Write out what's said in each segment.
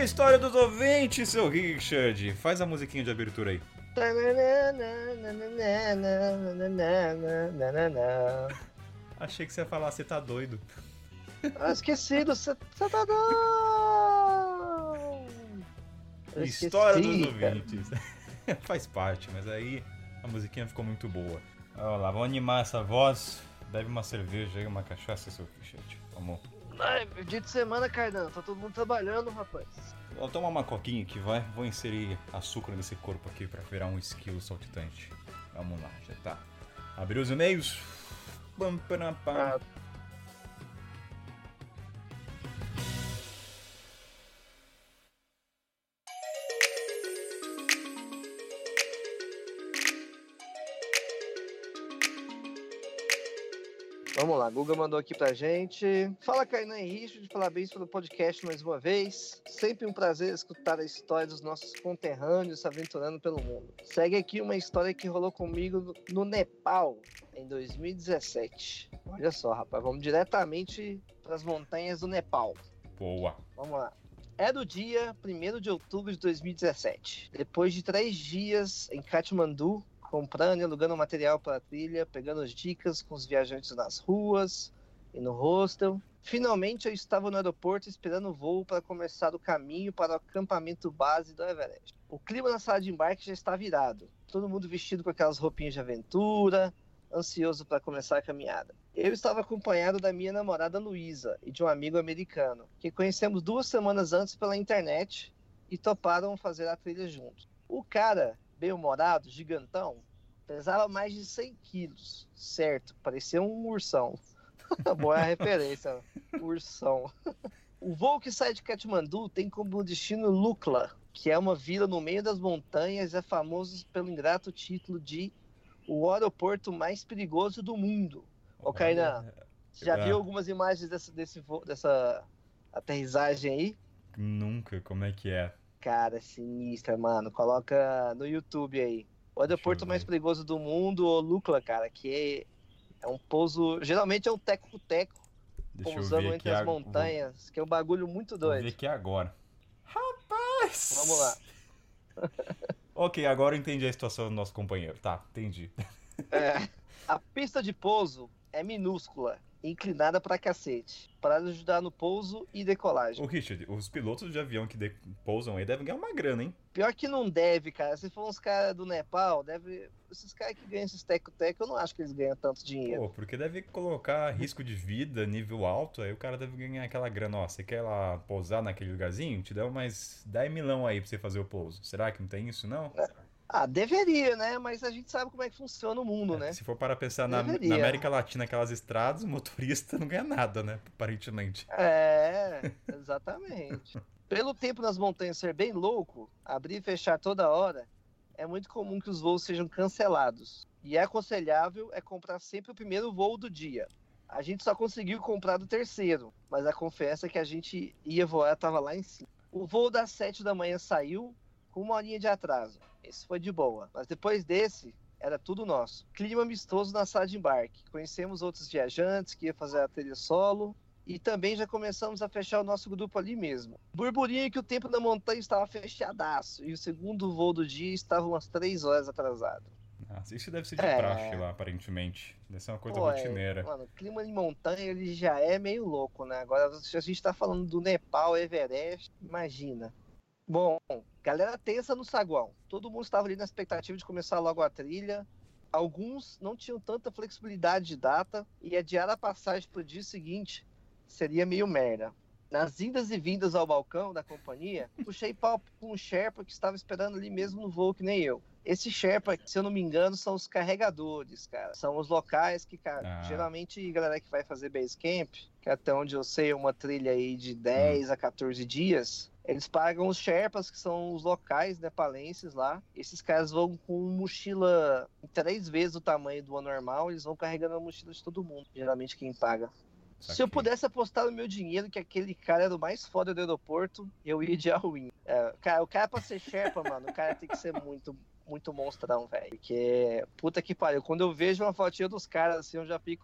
história dos ouvintes, seu Richard. Faz a musiquinha de abertura aí. Achei que você ia falar, você tá doido. Esqueci do Satadão! História dos ouvintes. Faz parte, mas aí a musiquinha ficou muito boa. Olha lá, vamos animar essa voz. Bebe uma cerveja aí, uma cachaça, seu Richard. Vamos. Ai, meu dia de semana, Cardan. Tá todo mundo trabalhando, rapaz. Vou tomar uma coquinha aqui, vai. Vou inserir açúcar nesse corpo aqui pra virar um esquilo saltitante. Vamos lá, já tá. Abriu os e-mails. Vamos lá, Guga mandou aqui pra gente. Fala, Kainan e Richard, parabéns pelo podcast mais uma vez. Sempre um prazer escutar a história dos nossos conterrâneos se aventurando pelo mundo. Segue aqui uma história que rolou comigo no Nepal, em 2017. Olha só, rapaz, vamos diretamente pras montanhas do Nepal. Boa. Vamos lá. Era o dia 1º de outubro de 2017. Depois de 3 dias em Katmandu, comprando e alugando material para a trilha, pegando as dicas com os viajantes nas ruas e no hostel. Finalmente eu estava no aeroporto esperando o voo para começar o caminho para o acampamento base do Everest. O clima na sala de embarque já está virado. Todo mundo vestido com aquelas roupinhas de aventura, ansioso para começar a caminhada. Eu estava acompanhado da minha namorada Luísa e de um amigo americano, que conhecemos 2 semanas antes pela internet e toparam fazer a trilha juntos. O cara, bem-humorado, gigantão, pesava mais de 100 quilos, certo, parecia um ursão. Boa referência, ursão. O voo que sai de Katmandu tem como destino Lukla, que é uma vila no meio das montanhas e é famoso pelo ingrato título de o aeroporto mais perigoso do mundo. Ô, Kainan, já viu algumas imagens dessa aterrissagem aí? Nunca, como é que é? Cara, sinistra, mano. Coloca no YouTube aí. O aeroporto mais perigoso do mundo, o Lukla, cara, que é um pouso... Geralmente é um teco-teco, pousando entre as montanhas, que é um bagulho muito doido. Vou ver aqui agora. Rapaz! Vamos lá. Ok, agora eu entendi a situação do nosso companheiro. Tá, entendi. A pista de pouso é minúscula, inclinada pra cacete, para ajudar no pouso e decolagem. Ô Richard, os pilotos de avião que pousam aí devem ganhar uma grana, hein? Pior que não deve, cara. Se for uns caras do Nepal, esses caras que ganham esses teco-teco, eu não acho que eles ganham tanto dinheiro. Pô, porque deve colocar risco de vida, nível alto, aí o cara deve ganhar aquela grana. Ó, você quer lá pousar naquele lugarzinho? Te dá mais 10 milão aí pra você fazer o pouso. Será que não tem isso, não? Deveria, né? Mas a gente sabe como é que funciona o mundo, né? Se for para pensar na América Latina, aquelas estradas, o motorista não ganha nada, né? Aparentemente. Exatamente. Pelo tempo nas montanhas ser bem louco, abrir e fechar toda hora, é muito comum que os voos sejam cancelados. E é aconselhável comprar sempre o primeiro voo do dia. A gente só conseguiu comprar do terceiro, mas a confiança que a gente ia voar estava lá em cima. O voo das 7 da manhã saiu com 1 horinha de atraso. Esse foi de boa. Mas depois desse, era tudo nosso. Clima amistoso na sala de embarque. Conhecemos outros viajantes que iam fazer a trilha solo. E também já começamos a fechar o nosso grupo ali mesmo. Burburinho que o tempo na montanha estava fechadaço. E o segundo voo do dia estava umas 3 horas atrasado. Nossa, isso deve ser de praxe lá, aparentemente. Deve ser uma coisa rotineira. Mano, o clima de montanha ele já é meio louco, né? Agora, se a gente tá falando do Nepal, Everest, imagina. Bom, galera tensa no saguão. Todo mundo estava ali na expectativa de começar logo a trilha. Alguns não tinham tanta flexibilidade de data e adiar a passagem para o dia seguinte seria meio merda. Nas indas e vindas ao balcão da companhia, puxei papo com um Sherpa que estava esperando ali mesmo no voo que nem eu. Esse Sherpa, se eu não me engano, são os carregadores, cara. São os locais que, cara, geralmente a galera que vai fazer base camp, que até onde eu sei é uma trilha aí de 10 a 14 dias, eles pagam os Sherpas, que são os locais nepalenses lá. Esses caras vão com mochila 3 vezes o tamanho do anormal, eles vão carregando a mochila de todo mundo, geralmente quem paga. Se eu pudesse apostar o meu dinheiro que aquele cara era o mais foda do aeroporto, eu ia de all-in. O cara pra ser Sherpa, mano, o cara tem que ser muito monstrão, velho. Porque, puta que pariu, quando eu vejo uma fotinha dos caras assim, eu já fico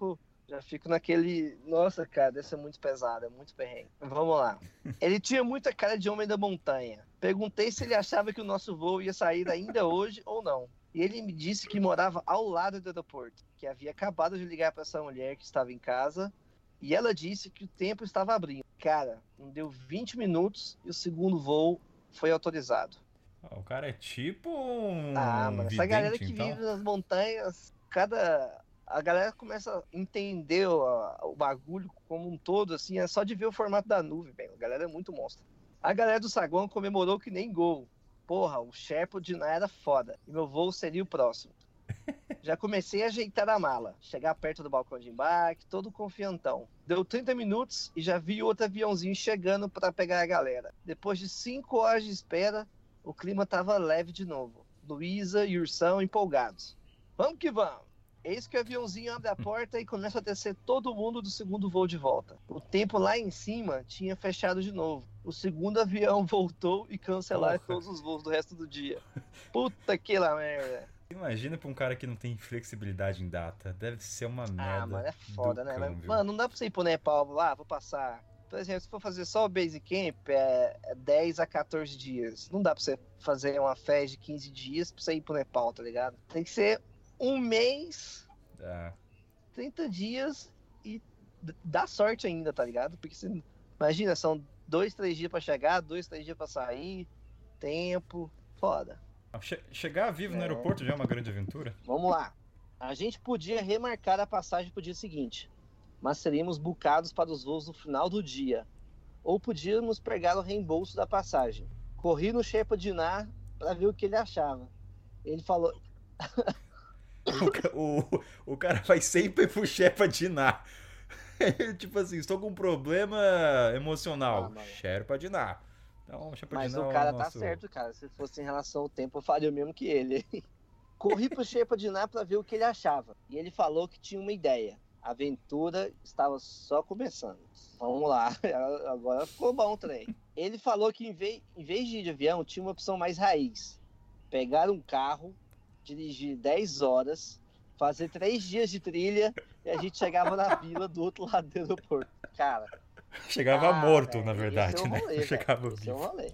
Já fico naquele... Nossa, cara, deve ser muito pesado, é muito perrengue. Vamos lá. Ele tinha muita cara de homem da montanha. Perguntei se ele achava que o nosso voo ia sair ainda hoje ou não. E ele me disse que morava ao lado do aeroporto, que havia acabado de ligar para essa mulher que estava em casa, e ela disse que o tempo estava abrindo. Cara, não deu 20 minutos e o segundo voo foi autorizado. O cara é tipo um Mano, essa galera vidente, que então. vive nas montanhas, a galera começa a entender o bagulho como um todo, assim, é só de ver o formato da nuvem, velho. A galera é muito monstro. A galera do saguão comemorou que nem gol. Porra, o Sherpa de Ná era foda. E meu voo seria o próximo. Já comecei a ajeitar a mala. Chegar perto do balcão de embarque, todo confiantão. Deu 30 minutos e já vi outro aviãozinho chegando para pegar a galera. Depois de 5 horas de espera, o clima tava leve de novo. Luísa e Ursão empolgados. Vamos que vamos! Eis que o aviãozinho abre a porta e começa a descer todo mundo do segundo voo de volta. O tempo lá em cima tinha fechado de novo. O segundo avião voltou e cancelaram todos os voos do resto do dia. Puta que lá merda. Imagina pra um cara que não tem flexibilidade em data. Deve ser uma merda. Mano, é foda, né? Cão, Mas, mano, não dá pra você ir pro Nepal, vou passar. Por exemplo, se for fazer só o Base Camp, é 10 a 14 dias. Não dá pra você fazer uma festa de 15 dias pra você ir pro Nepal, tá ligado? Tem que ser um mês, 30 dias e dá sorte ainda, tá ligado? Porque você, imagina, são 2, 3 dias pra chegar, 2, 3 dias pra sair, tempo, foda. Chegar vivo no aeroporto já é uma grande aventura. Vamos lá. A gente podia remarcar a passagem pro dia seguinte, mas seríamos bucados para os voos no final do dia. Ou podíamos pegar o reembolso da passagem. Corri no Sherpa de Ná para ver o que ele achava. Ele falou... o cara vai sempre pro Sherpa de Ná. Tipo assim, estou com um problema emocional. Sherpa de Ná. Então, mas o cara tá certo, cara. Se fosse em relação ao tempo, eu faria o mesmo que ele. Corri pro Sherpa de Ná para ver o que ele achava. E ele falou que tinha uma ideia. A aventura estava só começando. Vamos lá, agora ficou bom o trem. Ele falou que em vez de ir de avião, tinha uma opção mais raiz. Pegar um carro, dirigir 10 horas, fazer 3 dias de trilha e a gente chegava na vila do outro lado do aeroporto. Cara... Chegava morto, na verdade, esse é o rolê, né? Chegava esse é o rolê.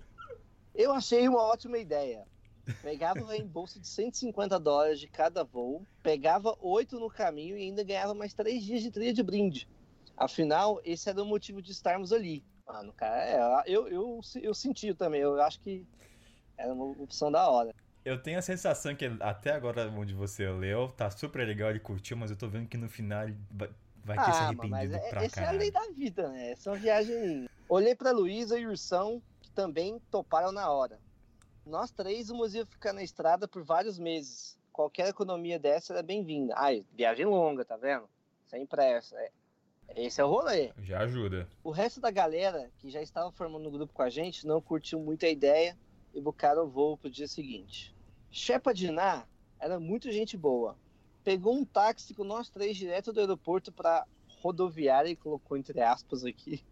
Eu achei uma ótima ideia. Pegava o reembolso de $150 de cada voo, pegava 8 no caminho e ainda ganhava mais 3 dias de trilha de brinde. Afinal, esse era o motivo de estarmos ali. Mano, cara, eu senti também. Eu acho que era uma opção da hora. Eu tenho a sensação que até agora onde você leu, tá super legal, ele curtiu, mas eu tô vendo que no final ele vai ter se arrependido pra caralho. Essa é a lei da vida, né? Essa é uma viagem... Olhei pra Luísa e Ursão, que também toparam na hora. Nós 3 íamos ficar na estrada por vários meses. Qualquer economia dessa era bem-vinda. Viagem longa, tá vendo? Sem pressa. Esse é o rolê. Já ajuda. O resto da galera, que já estava formando um grupo com a gente, não curtiu muito a ideia e bucaram o voo pro dia seguinte. Sherpa de Ná era muito gente boa. Pegou um táxi com nós 3 direto do aeroporto para rodoviária, e colocou entre aspas aqui,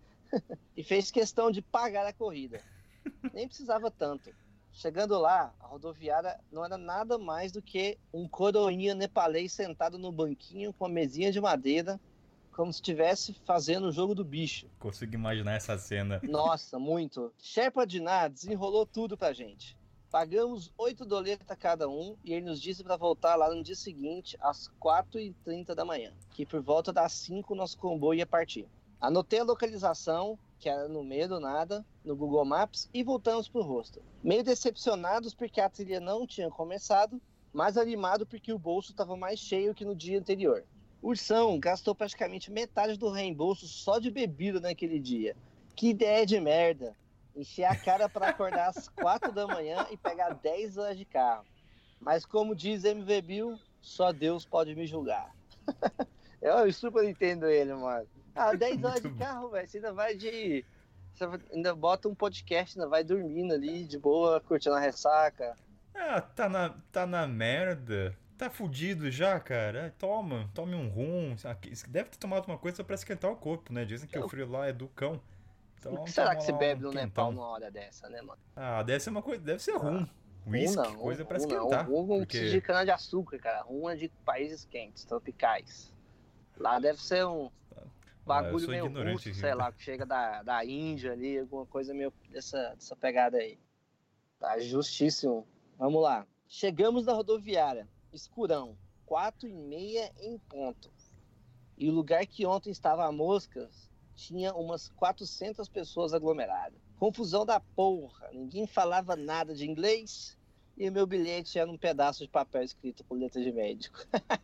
e fez questão de pagar a corrida. Nem precisava tanto. Chegando lá, a rodoviária não era nada mais do que um coroinha nepalês sentado no banquinho com a mesinha de madeira, como se estivesse fazendo o jogo do bicho. Consigo imaginar essa cena. Nossa, muito. Sherpa de Ná desenrolou tudo pra gente. Pagamos 8 doletas cada um e ele nos disse para voltar lá no dia seguinte, às 4h30 da manhã, que por volta das 5 nosso comboio ia partir. Anotei a localização, que era no meio do nada, no Google Maps, e voltamos pro hostel. Meio decepcionados porque a trilha não tinha começado, mas animado porque o bolso estava mais cheio que no dia anterior. Ursão gastou praticamente metade do reembolso só de bebida naquele dia. Que ideia de merda! Encher a cara para acordar às 4 da manhã e pegar 10 horas de carro. Mas como diz MV Bill, só Deus pode me julgar. Eu super entendo ele, mano. 10 horas de carro, velho. Você ainda vai de... Você ainda bota um podcast, ainda vai dormindo ali, de boa, curtindo a ressaca. Tá na merda. Tá fudido já, cara. Tome um rum. Deve ter tomado uma coisa pra esquentar o corpo, né? Dizem que o frio lá é do cão. Então, o que será que se bebe no Nepal numa hora dessa, né, mano? Deve ser uma coisa, deve ser rum. Whisky, coisa pra esquentar. Rum não precisa de cana-de-açúcar, cara. Rum é de países quentes, tropicais. Lá deve ser um Eu bagulho sou meio ignorante russo, aqui. sei lá, que chega da Índia ali, alguma coisa meio dessa pegada aí. Tá justíssimo. Vamos lá. Chegamos na rodoviária, escurão, 4h30 em ponto. E o lugar que ontem estava a moscas tinha umas 400 pessoas aglomeradas. Confusão da porra, ninguém falava nada de inglês e o meu bilhete era um pedaço de papel escrito com letra de médico.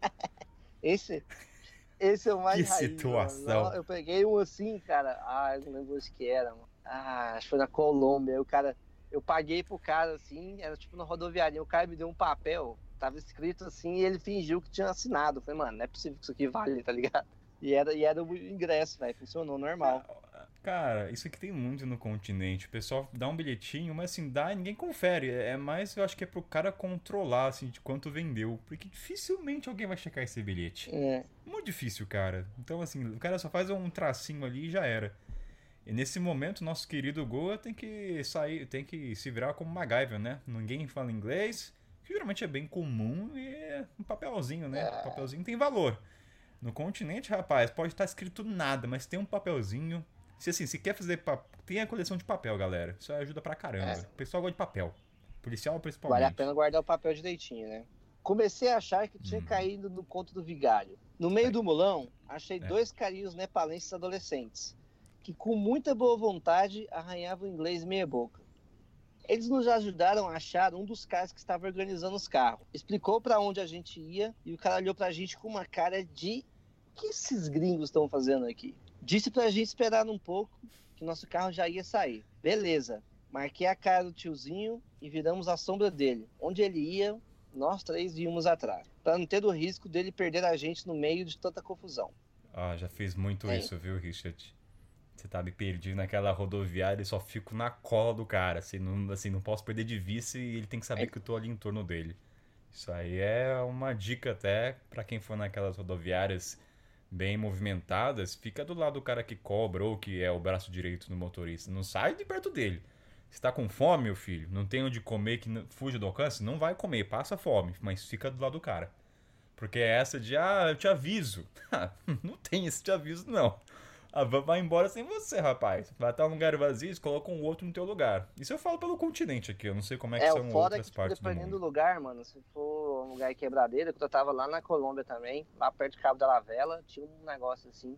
Esse, esse é o mais Que raiz, situação. mano. Eu peguei um assim, cara. Eu não lembro onde que era, mano. Acho que foi na Colômbia. O cara, eu paguei pro cara assim, era tipo na rodoviária. O cara me deu um papel, tava escrito assim, e ele fingiu que tinha assinado. Eu falei, mano, não é possível que isso aqui vale, tá ligado? E era o ingresso, velho. Funcionou normal. Cara, isso aqui tem muito no continente. O pessoal dá um bilhetinho, mas assim, dá e ninguém confere. É mais, eu acho que é pro cara controlar, assim, de quanto vendeu. Porque dificilmente alguém vai checar esse bilhete. É. Muito difícil, cara. Então, assim, o cara só faz um tracinho ali e já era. E nesse momento, nosso querido Goa tem que sair, tem que se virar como MacGyver, né? Ninguém fala inglês, que geralmente é bem comum e é um papelzinho, né? O papelzinho tem valor. No continente, rapaz, pode estar escrito nada, mas tem um papelzinho. Se assim, se quer fazer. Tem a coleção de papel, galera. Isso ajuda pra caramba. O pessoal gosta de papel. Policial, Vale a principalmente. pena guardar o papel direitinho, né? Comecei a achar que tinha caído no conto do vigário. No meio do mulão, achei 2 carinhos nepalenses adolescentes, que com muita boa vontade arranhavam inglês meia boca. Eles nos ajudaram a achar um dos caras que estava organizando os carros. Explicou para onde a gente ia e o cara olhou pra gente com uma cara de: o que esses gringos estão fazendo aqui? Disse pra gente esperar um pouco, que nosso carro já ia sair. Beleza. Marquei a cara do tiozinho e viramos a sombra dele. Onde ele ia, nós 3 íamos atrás, para não ter o risco dele perder a gente no meio de tanta confusão. Já fiz muito isso, viu, Richard? Você tá me perdido naquela rodoviária e só fico na cola do cara. Assim, não posso perder de vista e ele tem que saber que eu tô ali em torno dele. Isso aí é uma dica até pra quem for naquelas rodoviárias bem movimentadas, fica do lado do cara que cobra ou que é o braço direito do motorista. Não sai de perto dele. Se tá com fome, meu filho, não tem onde comer que fuja do alcance, não vai comer, passa fome, mas fica do lado do cara. Porque é essa de, eu te aviso. Não tem esse te aviso, não. Vai embora sem você, rapaz. Vai estar um lugar vazio, eles colocam o outro no teu lugar. Isso eu falo pelo continente aqui, eu não sei como é que O são foda é outras que, tipo, partes do dependendo do mundo. lugar, mano, se for um lugar em quebradeira, que eu tava lá na Colômbia também, lá perto de Cabo da Lavela, tinha um negócio assim.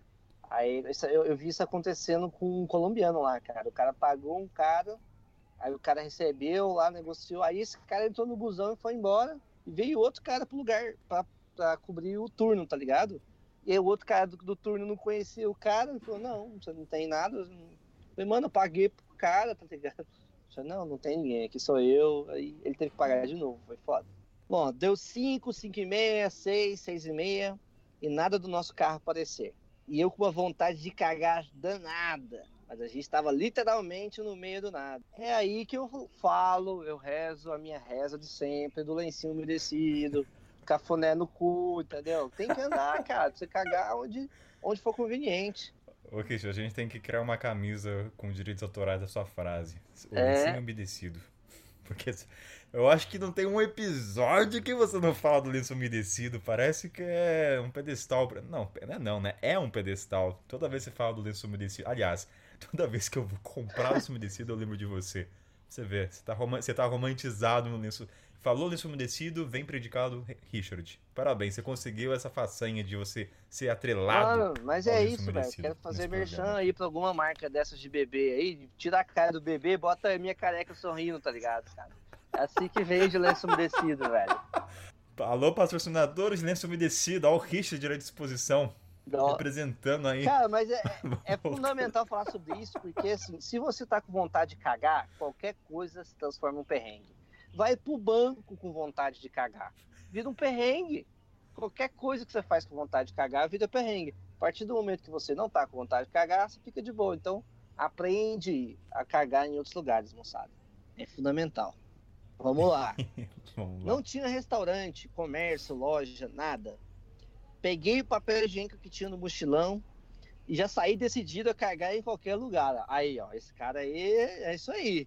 Aí eu vi isso acontecendo com um colombiano lá, cara. O cara pagou um cara, aí o cara recebeu lá, negociou. Aí esse cara entrou no busão e foi embora. E veio outro cara pro lugar pra cobrir o turno, tá ligado? E aí o outro cara do turno não conhecia o cara. Ele falou: não, você não tem nada. Eu falei: mano, eu paguei pro cara, tá ligado? Eu falei: não tem ninguém, aqui sou eu. Aí ele teve que pagar de novo, foi foda. Bom, deu 5h30, 6h30 e nada do nosso carro aparecer. E eu com uma vontade de cagar danada. Mas a gente estava literalmente no meio do nada. É aí que eu falo, eu rezo a minha reza de sempre, do lencinho umedecido, cafuné no cu, entendeu? Tem que andar, cara, pra você cagar onde for conveniente. Ô, Christian, a gente tem que criar uma camisa com direitos autorais da sua frase. O lencinho É, umedecido. Porque eu acho que não tem um episódio que você não fala do lenço umedecido. Parece que é um pedestal. Não, não, né? É um pedestal. Toda vez que você fala do lenço umedecido. Aliás, toda vez que eu vou comprar lenço umedecido, eu lembro de você. Você vê, você tá romantizado no lenço. Falou lenço umedecido, vem predicado Richard. Parabéns, você conseguiu essa façanha de você ser atrelado mano, mas ao é lenço isso, velho. umedecido Quero fazer nesse merchan programa aí aqui. pra alguma marca dessas de bebê aí. Tira a cara do bebê, bota a minha careca sorrindo, tá ligado, cara? É assim que vende lenço umedecido, velho. Alô, patrocinadores, lenço umedecido, ó, o Richard à disposição, representando aí. Cara, mas é fundamental falar sobre isso, porque assim, se você tá com vontade de cagar, qualquer coisa se transforma em um perrengue. Vai pro banco com vontade de cagar, vira um perrengue. Qualquer coisa que você faz com vontade de cagar, vira perrengue. A partir do momento que você não tá com vontade de cagar, você fica de boa. Então, aprende a cagar em outros lugares, moçada. É fundamental. Vamos lá. Vamos lá. Não tinha restaurante, comércio, loja, nada. Peguei o papel higiênico que tinha no mochilão e já saí decidido a cagar em qualquer lugar. Aí, ó, esse cara aí, é isso aí.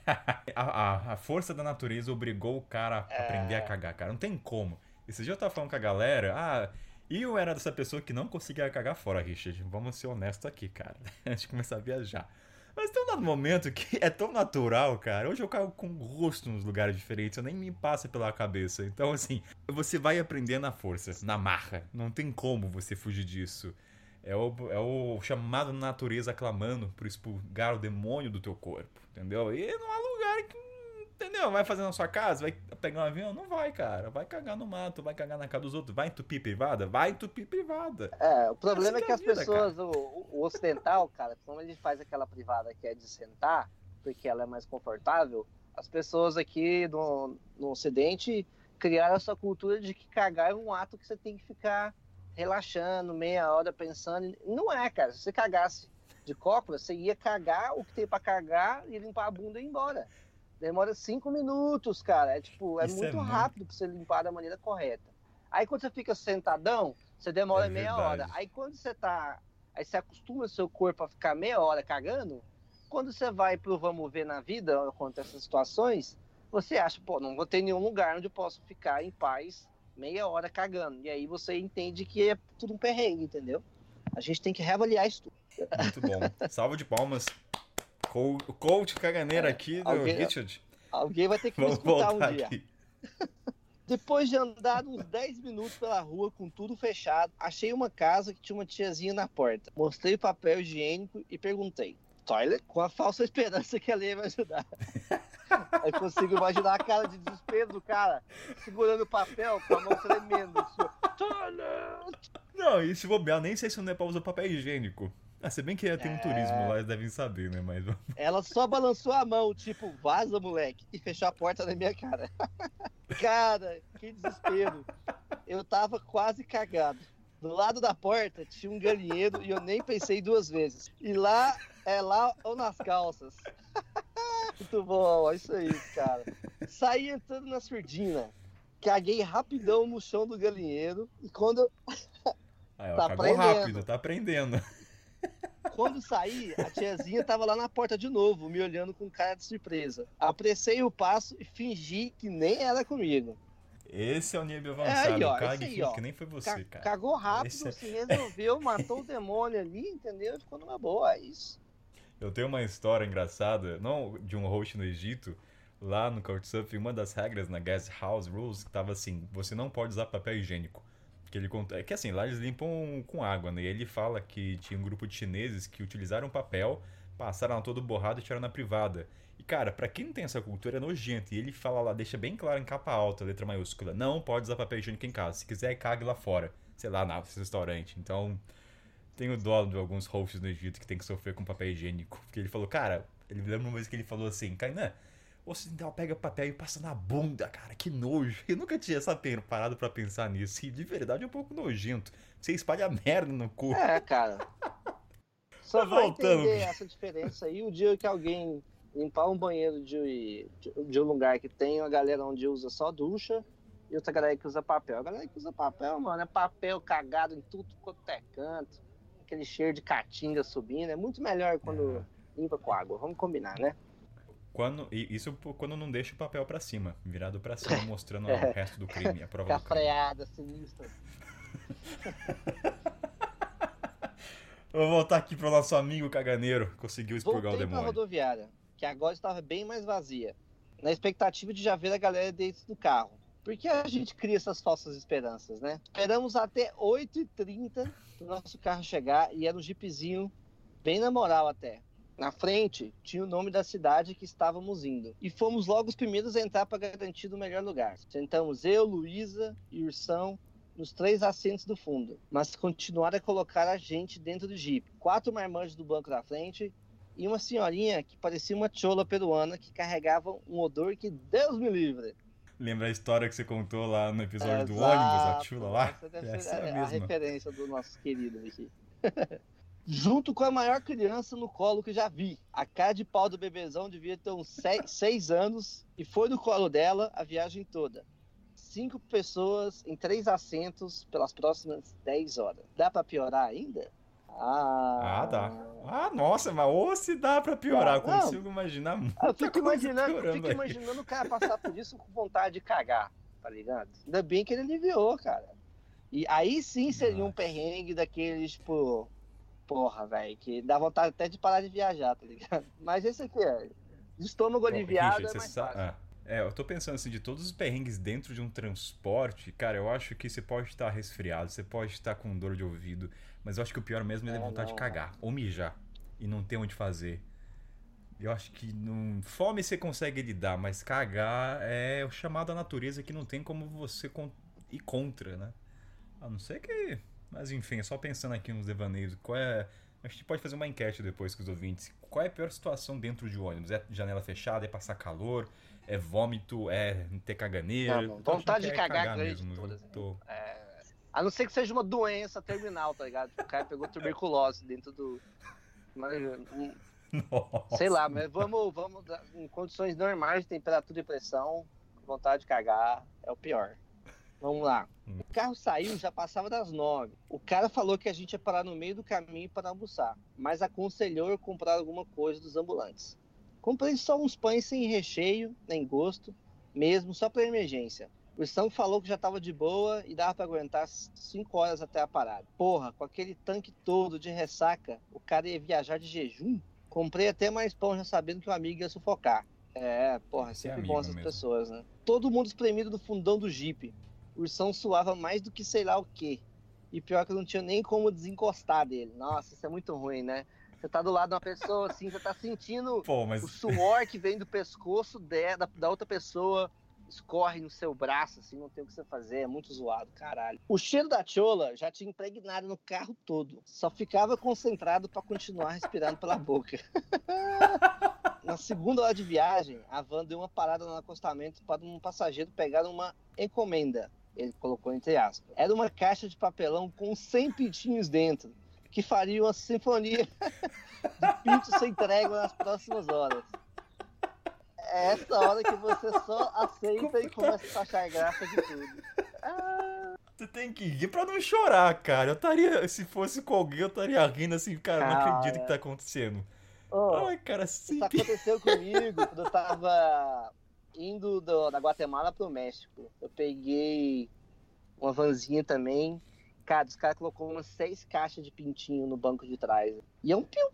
A força da natureza obrigou o cara a aprender a cagar, cara. Não tem como. Esse dia eu tava falando com a galera, E eu era dessa pessoa que não conseguia cagar fora, Richard. Vamos ser honestos aqui, cara. Antes de começar a viajar. Mas tem um dado momento que é tão natural, cara. Hoje eu cago com gosto nos lugares diferentes, eu nem me passa pela cabeça. Então, assim, você vai aprender na força, na marra. Não tem como você fugir disso. É o chamado natureza clamando por expurgar o demônio do teu corpo, entendeu? E não há lugar que, entendeu? Vai fazer na sua casa, vai pegar um avião? Não vai, cara. Vai cagar no mato, vai cagar na casa dos outros. Vai entupir privada? Vai entupir privada. O problema é que as pessoas, o ocidental, cara, como ele faz aquela privada que é de sentar, porque ela é mais confortável, as pessoas aqui no Ocidente criaram essa cultura de que cagar é um ato que você tem que ficar relaxando, meia hora pensando. Não é, cara. Se você cagasse de cócoras, você ia cagar o que tem pra cagar e limpar a bunda e ir embora. Demora 5 minutos, cara. É muito rápido pra você limpar da maneira correta. Aí quando você fica sentadão, você demora meia hora. Aí quando você tá... Aí você acostuma o seu corpo a ficar meia hora cagando. Quando você vai pro vamos ver na vida, acontece essas situações, você acha, não vou ter nenhum lugar onde eu posso ficar em paz meia hora cagando. E aí você entende que é tudo um perrengue, entendeu? A gente tem que reavaliar isso tudo. Muito bom. Salva de palmas. O coach caganeiro aqui do Richard. Alguém vai ter que me escutar um dia. Depois de andar uns 10 minutos pela rua com tudo fechado, achei uma casa que tinha uma tiazinha na porta. Mostrei papel higiênico e perguntei: toilet? Com a falsa esperança que ela ia me ajudar. Aí consigo imaginar a cara de desespero do cara segurando o papel com a mão tremendo. Toilet! Não, e se bobear, nem sei se não é pra usar papel higiênico. Se bem que tem um turismo lá, eles devem saber, né? Mas... Ela só balançou a mão, tipo, vaza, moleque, e fechou a porta na minha cara. Cara, que desespero. Eu tava quase cagado. Do lado da porta tinha um galinheiro e eu nem pensei 2 vezes. E lá ou nas calças. Muito bom, é isso aí, cara. Saí entrando na surdina. Caguei rapidão no chão do galinheiro. E quando... Tá cagou rápido, tá aprendendo. Quando saí, a tiazinha tava lá na porta de novo, me olhando com cara de surpresa. Apressei o passo e fingi que nem era comigo. Esse é o nível avançado. Cague que nem foi você, cara. Cagou rápido, se resolveu, matou o demônio ali, entendeu? Ficou numa boa, é isso. Eu tenho uma história engraçada, não de um host no Egito, lá no Couchsurfing, uma das regras na Guest House Rules que tava assim: você não pode usar papel higiênico. Que ele conta, é que assim, lá eles limpam com água, né? E ele fala que tinha um grupo de chineses que utilizaram papel, passaram todo borrado e tiraram na privada. E cara, pra quem não tem essa cultura é nojento. E ele fala lá, deixa bem claro em capa alta, letra maiúscula: não pode usar papel higiênico em casa. Se quiser, cague lá fora. Sei lá, no restaurante. Então, tenho dó de alguns hosts no Egito que tem que sofrer com papel higiênico. Porque ele falou, cara, ele lembra uma vez que ele falou assim: Kainan, o ocidental pega papel e passa na bunda, cara, que nojo. Eu nunca tinha parado pra pensar nisso. E de verdade é um pouco nojento. Você espalha merda no cu. Cara. Só vai entender essa diferença aí o dia que alguém limpar um banheiro de um lugar que tem uma galera onde usa só ducha e outra galera que usa papel. A galera que usa papel, mano, é papel cagado em tudo quanto é canto. Aquele cheiro de caatinga subindo. É muito melhor quando limpa com água. Vamos combinar, né? Isso quando não deixa o papel pra cima, virado pra cima, mostrando o resto do crime, a prova do crime. Freada, sinistra. Vou voltar aqui pro nosso amigo caganeiro, conseguiu expurgar o demônio. Voltei pra rodoviária, que agora estava bem mais vazia, na expectativa de já ver a galera dentro do carro. Por que a gente cria essas falsas esperanças, né? Esperamos até 8h30 pro nosso carro chegar e era um jeepzinho bem na moral até. Na frente, tinha o nome da cidade que estávamos indo. E fomos logo os primeiros a entrar para garantir o melhor lugar. Sentamos eu, Luísa e Ursão nos 3 assentos do fundo. Mas continuaram a colocar a gente dentro do Jeep. 4 marmanjos do banco da frente e uma senhorinha que parecia uma chola peruana que carregava um odor que Deus me livre. Lembra a história que você contou lá no episódio do ônibus, a chula lá? Essa é a referência do nosso querido aqui. Junto com a maior criança no colo que já vi. A cara de pau do bebezão devia ter uns 6 anos e foi no colo dela a viagem toda. 5 pessoas em 3 assentos pelas próximas 10 horas. Dá pra piorar ainda? Dá. Nossa, mas ou se dá pra piorar, eu consigo imaginar muito. Eu fico imaginando o cara passar por isso com vontade de cagar, tá ligado? Ainda bem que ele aliviou, cara. E aí sim seria um perrengue daqueles, tipo, porra, velho, que dá vontade até de parar de viajar, tá ligado? Mas esse aqui de estômago aliviado Richard, é mais fácil. eu tô pensando assim, de todos os perrengues dentro de um transporte, cara, eu acho que você pode estar resfriado, você pode estar com dor de ouvido, mas eu acho que o pior mesmo é ter vontade de cagar, ou mijar, e não ter onde fazer. Eu acho que fome você consegue lidar, mas cagar é o chamado da natureza que não tem como você ir contra, né? A não ser que... Mas enfim, só pensando aqui nos devaneios, a gente pode fazer uma enquete depois com os ouvintes. Qual é a pior situação dentro de ônibus? É janela fechada? É passar calor? É vômito? É ter caganeira? Não, vontade de cagar grande mesmo. todas. A não ser que seja uma doença terminal, tá ligado? O cara pegou tuberculose dentro do... Nossa. Sei lá, mas vamos em condições normais de temperatura e pressão, vontade de cagar é o pior. Vamos lá. O carro saiu, já passava das 9. O cara falou que a gente ia parar no meio do caminho para almoçar, mas aconselhou eu comprar alguma coisa dos ambulantes. Comprei só uns pães sem recheio, nem gosto, mesmo, só para emergência. O Ursão falou que já tava de boa e dava para aguentar 5 horas até a parada. Porra, com aquele tanque todo de ressaca, o cara ia viajar de jejum? Comprei até mais pão já sabendo que o amigo ia sufocar. Porra, sempre bom essas pessoas, né? Todo mundo espremido no fundão do Jeep. O Ursão suava mais do que sei lá o quê. E pior que eu não tinha nem como desencostar dele. Nossa, isso é muito ruim, né? Você tá do lado de uma pessoa assim, você tá sentindo o suor que vem do pescoço da outra pessoa, escorre no seu braço, assim, não tem o que você fazer, é muito zoado, caralho. O cheiro da chola já tinha impregnado no carro todo. Só ficava concentrado pra continuar respirando pela boca. Na segunda hora de viagem, a van deu uma parada no acostamento para um passageiro pegar uma encomenda. Ele colocou entre aspas. Era uma caixa de papelão com 100 pintinhos dentro, que faria uma sinfonia de pintos sem trégua nas próximas horas. É essa hora que você só aceita e começa a achar graça de tudo. Você tem que rir pra não chorar, cara. Se fosse com alguém, eu estaria rindo assim, cara, não acredito que tá acontecendo. Ai, cara, sim. Isso aconteceu comigo quando eu tava indo da Guatemala pro México. Eu peguei uma vanzinha também. Cara, os caras colocou umas 6 caixas de pintinho no banco de trás. E é um piu.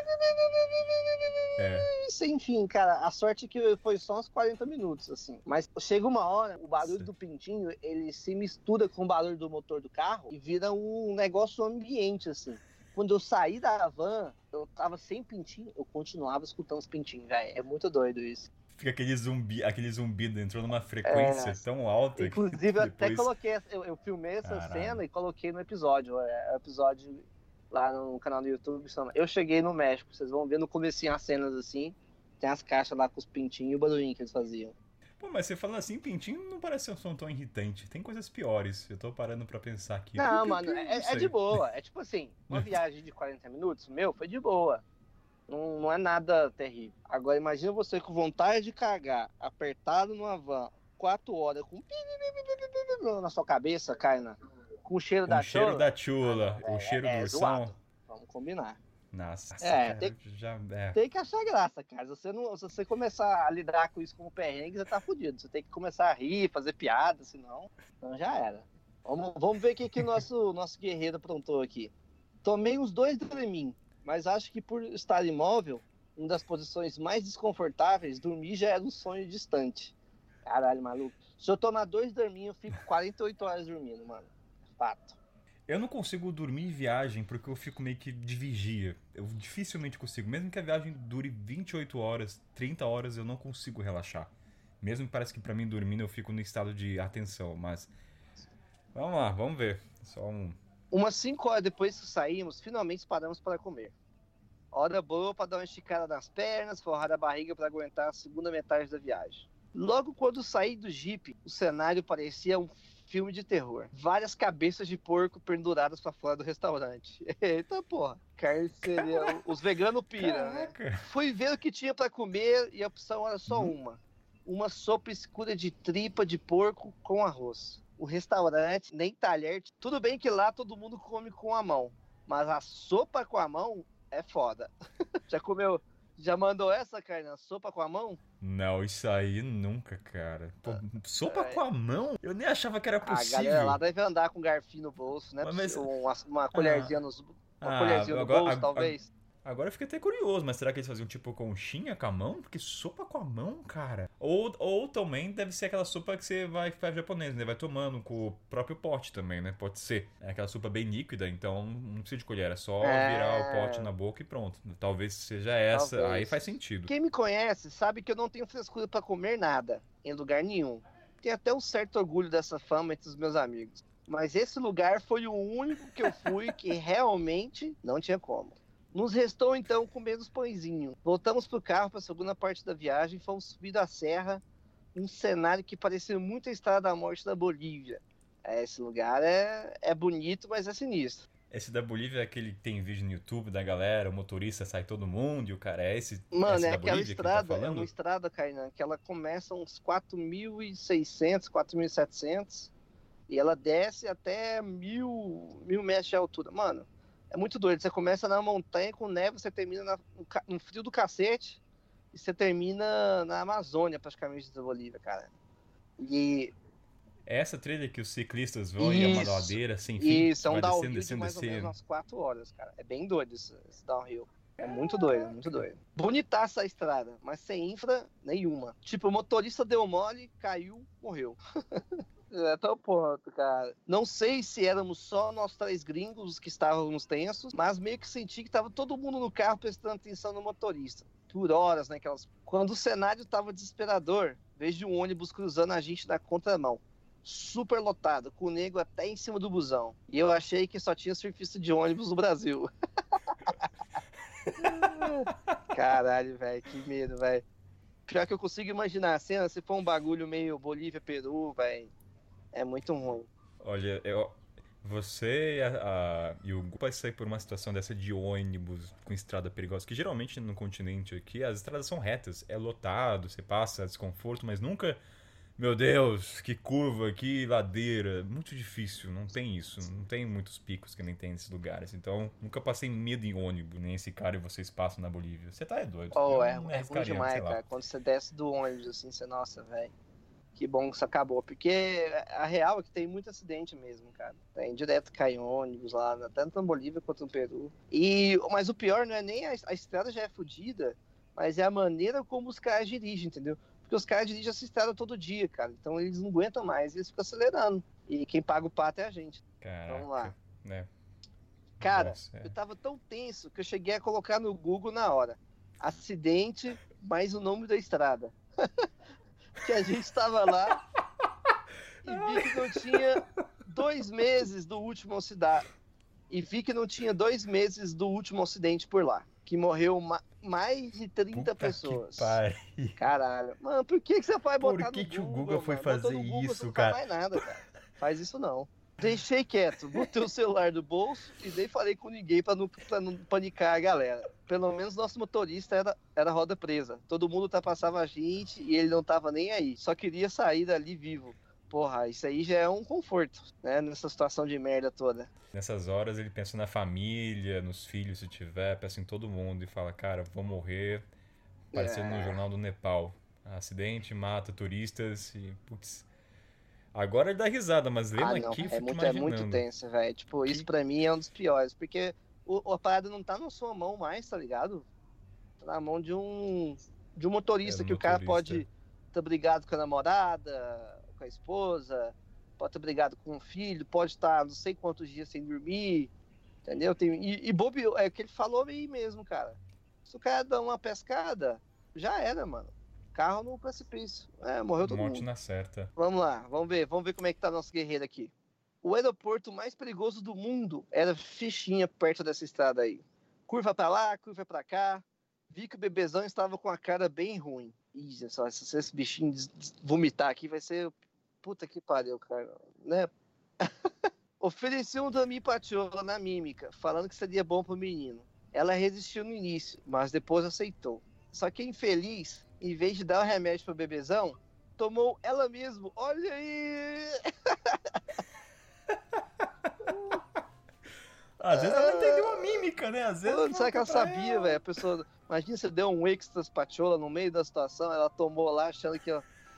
Enfim, cara, a sorte é que foi só uns 40 minutos, assim. Mas chega uma hora, o barulho do pintinho, ele se mistura com o barulho do motor do carro e vira um negócio ambiente, assim. Quando eu saí da van, eu tava sem pintinho, eu continuava escutando os pintinhos, velho. É muito doido isso. Fica aquele zumbido, entrou numa frequência tão alta. Inclusive, eu até coloquei, eu filmei essa cena e coloquei no episódio. É o episódio lá no canal do YouTube. Eu cheguei no México, vocês vão ver no comecinho as cenas assim. Tem as caixas lá com os pintinhos e o barulhinho que eles faziam. Pô, mas você falando assim, pintinho não parece ser um som tão irritante. Tem coisas piores. Eu tô parando pra pensar aqui. Não, mano, é de boa. É tipo assim, uma viagem de 40 minutos, foi de boa. Não é nada terrível. Agora imagina você com vontade de cagar, apertado numa van, 4 horas, com na sua cabeça, Kaina, com o cheiro da chula. O cheiro da chula, o cheiro do Ursão. Zoado. Vamos combinar. Nossa, tem que achar graça, cara. Se você começar a lidar com isso como perrengue, você tá fudido. Você tem que começar a rir, fazer piada, senão já era. Vamos ver o que o nosso guerreiro aprontou aqui. Tomei uns 2 Dramin, mas acho que por estar imóvel, uma das posições mais desconfortáveis, dormir já era um sonho distante. Caralho, maluco. Se eu tomar 2 Dramin, eu fico 48 horas dormindo, mano. Fato. Eu não consigo dormir em viagem porque eu fico meio que de vigia. Eu dificilmente consigo. Mesmo que a viagem dure 28 horas, 30 horas, eu não consigo relaxar. Mesmo que parece que pra mim dormindo eu fico no estado de atenção, mas... Vamos lá, vamos ver. Umas 5 horas depois que saímos, finalmente paramos para comer. Hora boa para dar uma esticada nas pernas, forrar a barriga para aguentar a segunda metade da viagem. Logo quando saí do Jeep, o cenário parecia um filme de terror. Várias cabeças de porco penduradas pra fora do restaurante. Eita porra. Carne seria... Os veganos piram, né? Fui ver o que tinha pra comer e a opção era só uma. Uma sopa escura de tripa de porco com arroz. O restaurante, nem talher. Tudo bem que lá todo mundo come com a mão. Mas a sopa com a mão é foda. Já mandou essa, Kainan? Sopa com a mão? Não, isso aí nunca, cara. Pô, sopa com a mão? Eu nem achava que era A galera lá possível. deve andar com garfinho no bolso, né? Mas. Uma Ah, colherzinha uma colherzinha no bolso, talvez. agora eu fiquei até curioso, mas será que eles faziam tipo conchinha com a mão? Porque sopa com a mão, cara. Ou também deve ser aquela sopa que você vai fazer japonês, né? Vai tomando com o próprio pote também, né? Pode ser. É aquela sopa bem líquida, então não precisa de colher, é só virar o pote É. na boca e pronto. Talvez seja essa, aí faz Talvez. sentido. Quem me conhece sabe que eu não tenho frescura pra comer nada, em lugar nenhum. Tenho até um certo orgulho dessa fama entre os meus amigos. Mas esse lugar foi o único que eu fui que realmente não tinha como. Nos restou então comer os pãezinhos. Voltamos pro carro para a segunda parte da viagem, fomos subir a serra, um cenário que parecia muito a Estrada da Morte da Bolívia. Esse lugar é bonito, mas é sinistro. Esse da Bolívia é aquele que tem vídeo no YouTube da galera, o motorista sai todo mundo e o cara é Mano, esse é da aquela Bolívia que ele tá estrada, é uma falando? estrada, Kainan, que ela começa uns 4.600, 4.700 e ela desce até 1.000 metros de altura. Mano, é muito doido. Você começa na montanha com neve, você termina no frio do cacete e você termina na Amazônia, praticamente, da Bolívia, cara. E É essa trilha que os ciclistas vão e é uma isso, ladeira sem fim? isso, Você é um vai descendo, downhill de descendo, mais ou menos descendo. umas 4 horas, cara. É bem doido esse downhill. É muito doido, muito doido. Bonitaça a estrada, mas sem infra nenhuma. Tipo, o motorista deu mole, caiu, morreu. É tão ponto, cara. Não sei se éramos só nós 3 gringos que estávamos tensos, mas meio que senti que tava todo mundo no carro prestando atenção no motorista. Por horas, né? Quando o cenário tava desesperador, vejo um ônibus cruzando a gente na contramão. Super lotado, com o nego até em cima do busão. E eu achei que só tinha surfista de ônibus no Brasil. Caralho, velho, que medo, velho. Pior que eu consigo imaginar a cena, se for um bagulho meio Bolívia, Peru, velho. É muito ruim. Olha, você e o Gu vai sair por uma situação dessa de ônibus com estrada perigosa, que geralmente no continente aqui as estradas são retas, é lotado, você passa desconforto, mas nunca, meu Deus, que curva, que ladeira, muito difícil, não tem isso, não tem muitos picos que nem tem nesses lugares, então nunca passei medo em ônibus, nem esse cara e vocês passam na Bolívia, você tá doido, Oh, eu é não me ruim arriscaria, sei demais, lá. cara. Quando você desce do ônibus, assim, você, nossa, velho. Que bom que isso acabou. Porque a real é que tem muito acidente mesmo, cara. Tem direto cai ônibus lá, tanto na Bolívia quanto no Peru. Mas o pior não é nem a estrada já é fodida, mas é a maneira como os caras dirigem, entendeu? Porque os caras dirigem essa estrada todo dia, cara. Então eles não aguentam mais, eles ficam acelerando. E quem paga o pato é a gente. Vamos lá. Caraca, né, Cara, nossa, eu tava tão tenso que eu cheguei a colocar no Google na hora. Acidente, mais o nome da estrada. Que a gente estava lá e vi que não tinha 2 meses do último acidente. E vi que não tinha 2 meses do último acidente por lá. Que morreu mais de 30 puta pessoas. que pariu. Caralho. Mano, por que você vai Por botar no que o Google, Google foi mano? Botou fazer no Google, você isso, não faz cara? mais nada, cara. Faz isso não. Deixei quieto, botei o celular do bolso e nem falei com ninguém pra não panicar a galera. Pelo menos nosso motorista era roda presa. Todo mundo passava a gente e ele não tava nem aí. Só queria sair dali vivo. Porra, isso aí já é um conforto, né? Nessa situação de merda toda. Nessas horas ele pensa na família, nos filhos se tiver, pensa em todo mundo e fala, cara, vou morrer, parecendo no É... jornal do Nepal. Acidente, mata turistas e, putz. Agora ele dá risada, mas lendo Ah, não. aqui eu fico É muito imaginando. tenso, velho. Tipo, isso Que, pra mim é um dos piores. Porque a parada não tá na sua mão mais, tá ligado? Tá na mão de um é motorista no que o cara motorista. pode ter brigado com a namorada, com a esposa, pode ter brigado com o filho, pode estar não sei quantos dias sem dormir, entendeu? Bobe, é o que ele falou aí mesmo, cara. Se o cara dá uma pescada, já era, mano. Carro no precipício. Morreu todo Morte mundo. na certa. Vamos lá, vamos ver como é que tá nosso guerreiro aqui. O aeroporto mais perigoso do mundo era Fichinha, perto dessa estrada aí. Curva pra lá, curva pra cá. Vi que o bebezão estava com a cara bem ruim. Ih, só, se esse bichinho vomitar aqui vai ser... Puta que pariu, cara. Né? Ofereci um Dami Patiola na mímica, falando que seria bom pro menino. Ela resistiu no início, mas depois aceitou. Só que infeliz, em vez de dar o remédio pro bebezão, tomou ela mesmo. Olha aí! Às vezes ela entendeu a química, né? Às vezes. Pô, será que ela sabia, velho? A pessoa. Imagina você deu um extras pra Chola no meio da situação, ela tomou lá achando que.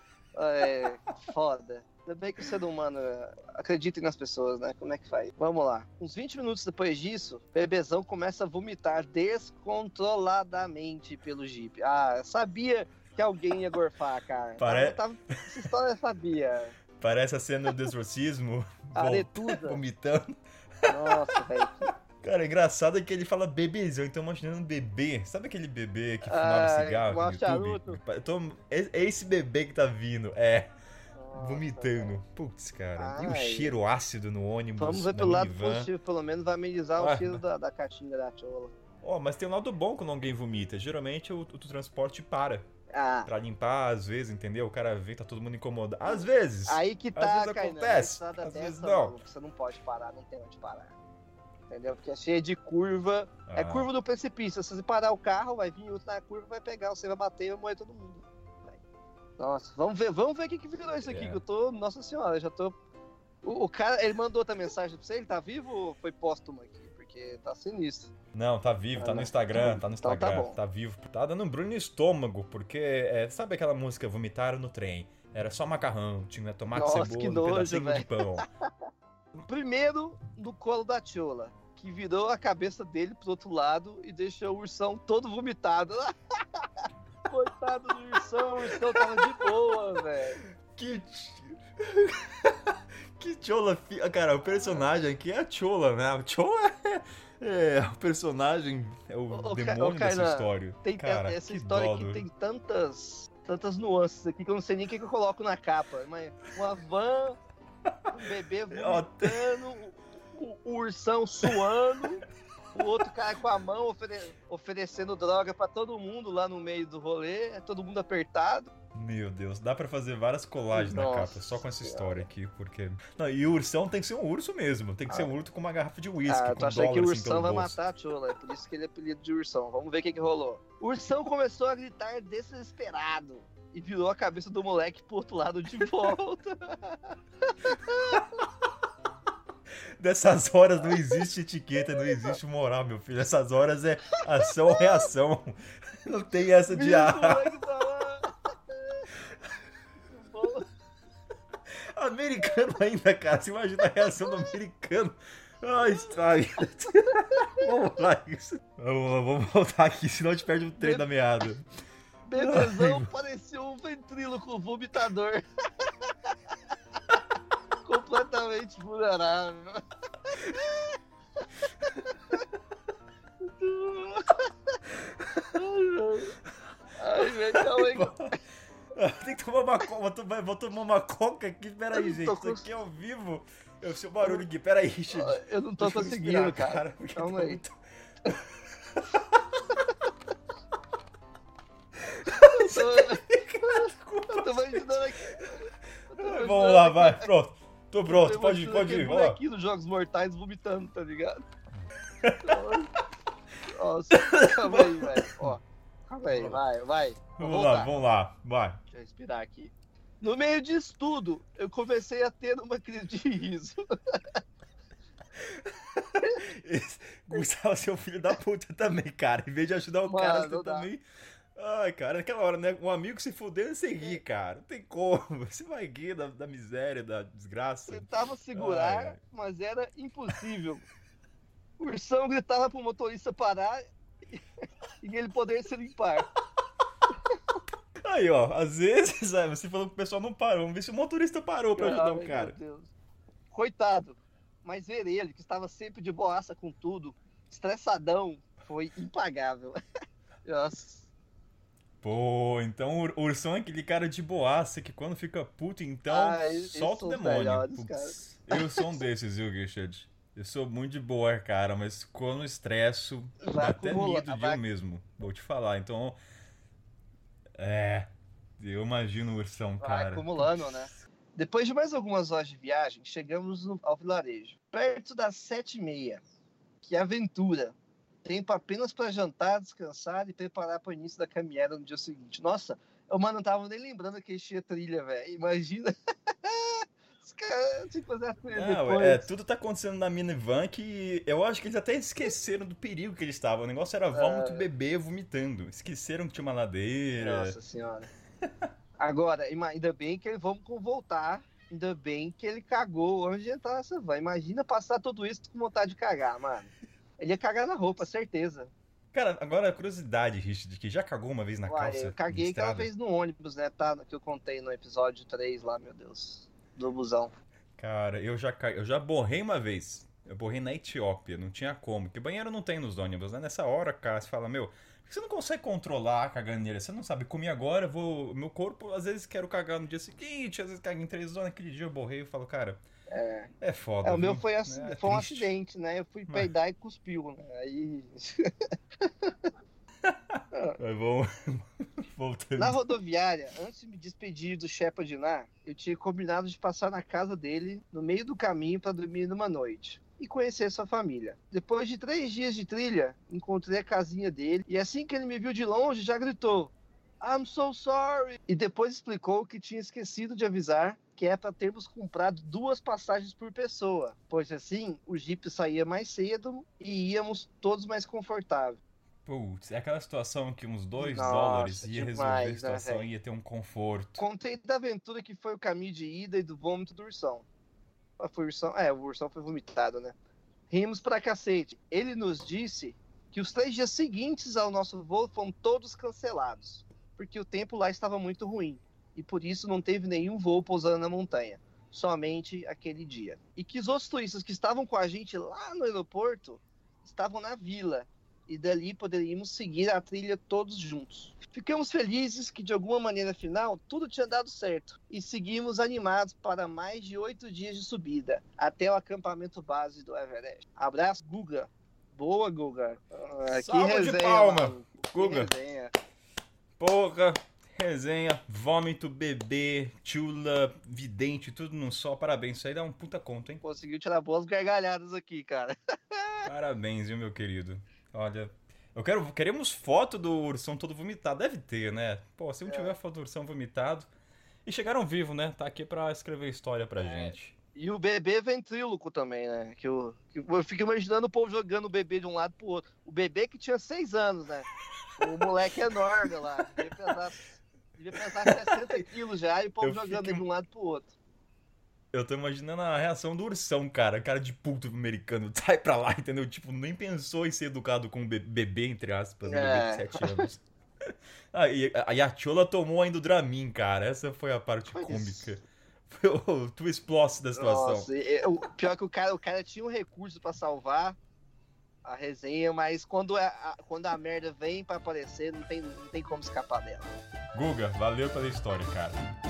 Foda. Ainda bem que o ser humano acredita nas pessoas, né? Como é que faz? Vamos lá. Uns 20 minutos depois disso, Bebezão começa a vomitar descontroladamente pelo Jeep. Ah, eu sabia que alguém ia gorfar, cara. Essa história eu sabia. Parece a cena do exorcismo. Aretusa. Vomitando. Nossa, velho. Cara, engraçado é que ele fala bebezão, então imaginando um bebê. Sabe aquele bebê que fumava cigarro no YouTube? É esse bebê que tá vindo, nossa, vomitando. Putz, cara. E o cheiro ácido no ônibus. Vamos ver pelo lado positivo, pelo menos vai amenizar o cheiro da caixinha da Chola. Mas tem um lado bom quando alguém vomita. Geralmente o transporte para. Pra limpar, às vezes, entendeu? O cara vê, tá todo mundo incomodado. Às vezes. Aí que tá, às vezes acontece. Às vezes não. Você não pode parar, não tem onde parar. Entendeu? Porque é cheio de curva. É curva do precipício. Se você parar o carro, vai vir outro na curva, vai pegar, você vai bater e vai morrer todo mundo. Nossa, vamos ver o que virou isso aqui, que eu tô. Nossa senhora, já tô. O cara, ele mandou outra mensagem pra você, ele tá vivo ou foi póstumo aqui? Porque tá sinistro. Não, tá vivo, tá no Instagram, então tá bom. Tá vivo. Tá dando um brulho no estômago, porque, sabe aquela música Vomitaram no Trem? Era só macarrão, tinha tomate, cebola, um pedacinho de pão. Primeiro, no colo da Chola, que virou a cabeça dele pro outro lado e deixou o ursão todo vomitado. Coitado do ursão, o ursão tava de boa, velho. Que Chola, cara, o personagem aqui é a Chola, né? A Chola é o personagem, é o demônio dessa história. Cara, essa história aqui tem tantas nuances aqui que eu não sei nem o que eu coloco na capa. Mas uma van, um bebê vomitando, o ursão suando, o outro cara com a mão oferecendo droga pra todo mundo lá no meio do rolê, todo mundo apertado. Meu Deus, dá pra fazer várias colagens na capa só com essa história aqui, porque... Não, e o ursão tem que ser um urso mesmo, tem que ser um urso com uma garrafa de uísque, com tô achando que o ursão vai bolso. matar a Chola, é por isso que ele é apelido de ursão. Vamos ver o que rolou. O ursão começou a gritar desesperado e virou a cabeça do moleque pro outro lado de volta. Dessas horas não existe etiqueta, não existe moral, meu filho. Essas horas é ação ou reação. Não tem essa de Americano ainda, cara. Você imagina a reação do americano. Ai. Vamos lá. Vamos voltar aqui, senão a gente perde o trem da meada. Bebezão parecia um ventríloco vomitador. Completamente vulnerável. Ai, velho, calma aí. Tem que tomar uma coca. Vou tomar uma coca aqui. Pera aí, gente. Isso aqui é ao vivo. Eu sei o barulho aqui. Pera aí, gente. Eu não tô conseguindo, cara. Calma aí. Eu tô imaginando aqui. Vamos lá, vai. Pronto. Tô pronto. Pode ir. Vamos lá. Aqui nos Jogos Mortais vomitando, tá ligado? Nossa, calma aí, velho. Ó. Calma aí, vai. Vamos lá, vai. Deixa eu respirar aqui. No meio disso tudo, eu comecei a ter uma crise de riso. Gustavo, seu filho da puta também, cara. Em vez de ajudar o cara, você também... Ai, cara, naquela hora, né? Um amigo se fudendo, você ri, cara. Não tem como. Você vai rir da miséria, da desgraça. Tentava segurar, mas era impossível. O ursão gritava pro motorista parar e ele poder se limpar. Aí, ó, às vezes, você falou que o pessoal não parou. Vamos ver se o motorista parou pra ajudar o cara. Meu Deus. Coitado. Mas ver ele, que estava sempre de boaça com tudo, estressadão, foi impagável. Nossa. Pô, então o ursão é aquele cara de boaça que quando fica puto, então solta o demônio. Eu sou um desses, viu, Richard? Eu sou muito de boa, cara, mas quando estresso, dá até medo de eu mesmo. Vou te falar, então... eu imagino o ursão, cara. Vai acumulando, né? Depois de mais algumas horas de viagem, chegamos ao vilarejo. Perto das 7h30. Que aventura! Tempo apenas para jantar, descansar e preparar para o início da caminhada no dia seguinte. Nossa, eu não tava nem lembrando que tinha trilha, velho. Imagina Os caras tinham que fazer a coisa Não, depois. tudo tá acontecendo na minivan que eu acho que eles até esqueceram do perigo que eles estavam. O negócio era vômito, bebê vomitando. Esqueceram que tinha uma ladeira. Nossa senhora. Agora, ainda bem que vamos voltar. Ainda bem que ele cagou antes de entrar nessa van. Imagina passar tudo isso com vontade de cagar, mano. Ele ia cagar na roupa, certeza. Cara, agora a curiosidade, Richard, que já cagou uma vez na calça? Eu caguei aquela vez no ônibus, né? Tá, que eu contei no episódio 3 lá, meu Deus. Do busão. Cara, eu já borrei uma vez. Eu borrei na Etiópia, não tinha como. Que banheiro não tem nos ônibus, né? Nessa hora, cara, você fala, meu, por que você não consegue controlar a caganeira? Você não sabe, comi agora, meu corpo, às vezes quero cagar no dia seguinte, às vezes cago em 3 horas, naquele dia eu borrei e falo, cara, é foda, O meu viu? foi, foi um Triste. acidente, né? Eu fui peidar e cuspiu, né? Aí. Mas vamos Na voltando. rodoviária, antes de me despedir do Shepa de Nar, eu tinha combinado de passar na casa dele no meio do caminho para dormir numa noite e conhecer sua família. Depois de 3 dias de trilha, encontrei a casinha dele e assim que ele me viu de longe, já gritou: I'm so sorry! E depois explicou que tinha esquecido de avisar que é para termos comprado 2 passagens por pessoa, pois assim o Jeep saía mais cedo e íamos todos mais confortáveis. Putz, é aquela situação que uns $2 Nossa, ia resolver a demais, né, situação velho? e ia ter um conforto. Contei da aventura que foi o caminho de ida e do vômito do ursão. Foi o ursão? O ursão foi vomitado, né? Rimos pra cacete. Ele nos disse que os 3 dias seguintes ao nosso voo foram todos cancelados, porque o tempo lá estava muito ruim, e por isso não teve nenhum voo pousando na montanha, somente aquele dia. E que os outros turistas que estavam com a gente lá no aeroporto estavam na vila, e dali poderíamos seguir a trilha todos juntos. Ficamos felizes que de alguma maneira final tudo tinha dado certo e seguimos animados para mais de 8 dias de subida até o acampamento base do Everest. Abraço, Guga. Boa, Guga. Que Salva de resenha, palma, maluco. Guga. Que resenha. Porra, resenha, vômito, bebê, tchula, vidente, tudo num só. Parabéns, isso aí dá um puta conto, hein? Conseguiu tirar boas gargalhadas aqui, cara. Parabéns, viu, meu querido? Olha, queremos foto do ursão todo vomitado. Deve ter, né? Pô, se não tiver foto do ursão vomitado. E chegaram vivo, né? Tá aqui pra escrever história pra gente. E o bebê ventríloco também, né? Que eu fico imaginando o povo jogando o bebê de um lado pro outro. O bebê que tinha 6 anos, né? O moleque enorme lá. Devia pesar 60 quilos já e o povo jogando ele de um lado pro outro. Eu tô imaginando a reação do ursão, cara de puto americano. Sai pra lá, entendeu? Tipo, nem pensou em ser educado com um bebê, entre aspas, um bebê de 7 anos. E a Tchola tomou ainda o Dramin, cara. Essa foi a parte cômica. Foi o twist plus da situação. Nossa, pior que o cara tinha um recurso pra salvar a resenha, mas quando a merda vem pra aparecer, não tem como escapar dela. Guga, valeu pela história, cara.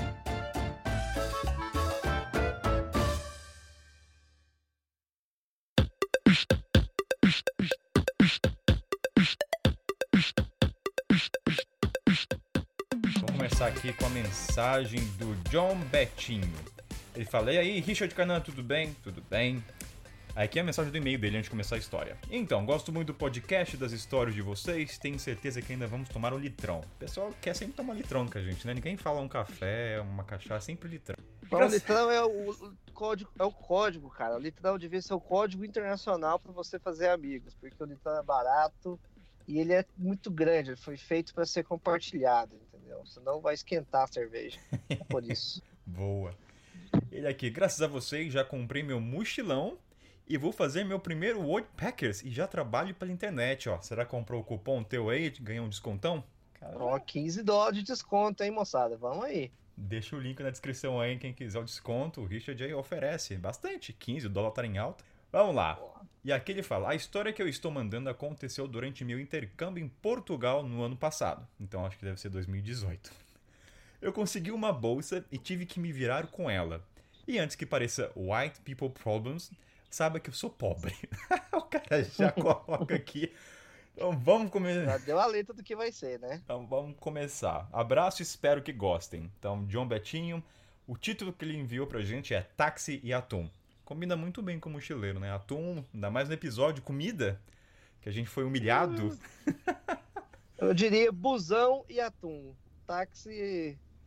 Vamos começar aqui com a mensagem do John Betinho. Ele fala: e aí, Richard Canan, tudo bem? Tudo bem. Aqui é a mensagem do e-mail dele antes de começar a história. Então, gosto muito do podcast, das histórias de vocês. Tenho certeza que ainda vamos tomar um litrão. O pessoal quer sempre tomar litrão com a gente, né? Ninguém fala um café, uma cachaça, sempre litrão. O litrão é o código, cara. O litrão devia ser o código internacional para você fazer amigos, porque o litrão é barato e ele é muito grande. Ele foi feito para ser compartilhado, entendeu? Senão vai esquentar a cerveja. É por isso. Boa. Ele aqui: graças a vocês, já comprei meu mochilão e vou fazer meu primeiro Woodpeckers e já trabalho pela internet, ó. Será que comprou o cupom teu aí, ganhou um descontão? Ó, $15 de desconto, hein, moçada? Vamos aí. Deixa o link na descrição aí, quem quiser o desconto. O Richard aí oferece bastante, 15, o dólar tá em alta. Vamos lá. E aqui ele fala: a história que eu estou mandando aconteceu durante meu intercâmbio em Portugal no ano passado. Então acho que deve ser 2018. Eu consegui uma bolsa e tive que me virar com ela. E antes que pareça white people problems, saiba que eu sou pobre. O cara já coloca aqui. Então vamos começar. Já deu a letra do que vai ser, né? Então vamos começar. Abraço e espero que gostem. Então, John Betinho, o título que ele enviou pra gente é Táxi e Atum. Combina muito bem com o mochileiro, né? Atum, ainda mais no episódio Comida, que a gente foi humilhado. Eu diria busão e atum. Táxi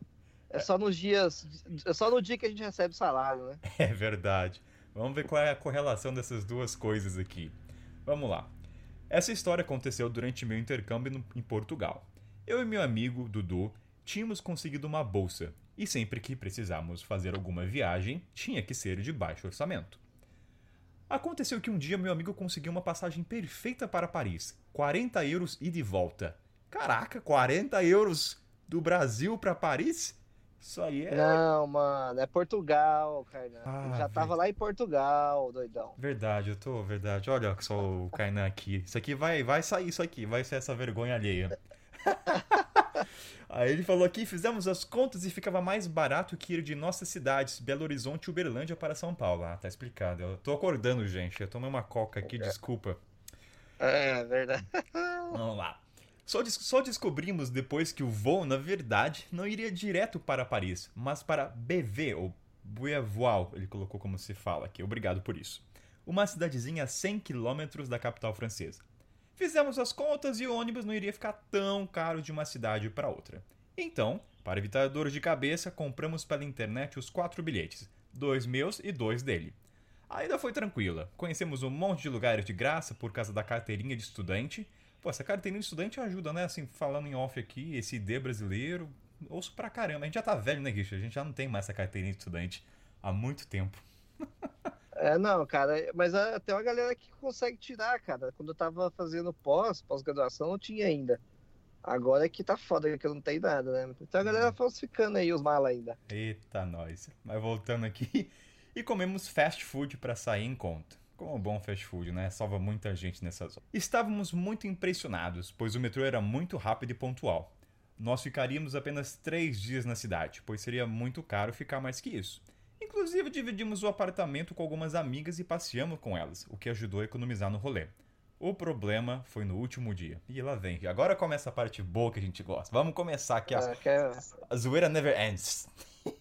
É só nos dias. É só no dia que a gente recebe salário, né? É verdade. Vamos ver qual é a correlação dessas duas coisas aqui. Vamos lá. Essa história aconteceu durante meu intercâmbio em Portugal. Eu e meu amigo, Dudu, tínhamos conseguido uma bolsa, e sempre que precisávamos fazer alguma viagem, tinha que ser de baixo orçamento. Aconteceu que um dia meu amigo conseguiu uma passagem perfeita para Paris, 40 euros ida e volta. Caraca, 40 euros do Brasil para Paris? Isso aí é... Não, mano, é Portugal, Kainan. Ele Ah, já tava lá em Portugal, doidão. verdade, verdade. Olha só o Kainan aqui. Isso aqui vai sair isso aqui, vai ser essa vergonha alheia. Aí ele falou aqui, fizemos as contas e ficava mais barato que ir de nossas cidades, Belo Horizonte e Uberlândia para São Paulo. Ah, tá explicado. Eu tô acordando, gente. Eu tomei uma coca aqui, desculpa. É verdade. Vamos lá. Só descobrimos depois que o voo, na verdade, não iria direto para Paris, mas para BV, ou Buevois, ele colocou como se fala aqui. Obrigado por isso. Uma cidadezinha a 100 quilômetros da capital francesa. Fizemos as contas e o ônibus não iria ficar tão caro de uma cidade para outra. Então, para evitar dor de cabeça, compramos pela internet os 4 bilhetes, 2 meus e 2 dele. A ida foi tranquila, conhecemos um monte de lugares de graça por causa da carteirinha de estudante. Pô, essa carteirinha de estudante ajuda, né? Assim, falando em off aqui, esse ID brasileiro, ouço pra caramba. A gente já tá velho, né, Guixa? A gente já não tem mais essa carteirinha de estudante há muito tempo. Não, cara, mas tem uma galera que consegue tirar, cara. Quando eu tava fazendo pós-graduação, eu tinha ainda. Agora é que tá foda, que eu não tenho nada, né? Então a galera falsificando aí os malas ainda. Eita, nós. Mas voltando aqui, e comemos fast food pra sair em conta. Como um bom fast food, né? Salva muita gente nessas horas. Estávamos muito impressionados, pois o metrô era muito rápido e pontual. Nós ficaríamos apenas 3 dias na cidade, pois seria muito caro ficar mais que isso. Inclusive, dividimos o apartamento com algumas amigas e passeamos com elas, o que ajudou a economizar no rolê. O problema foi no último dia. E lá vem. Agora começa a parte boa que a gente gosta. Vamos começar aqui. A zoeira never ends.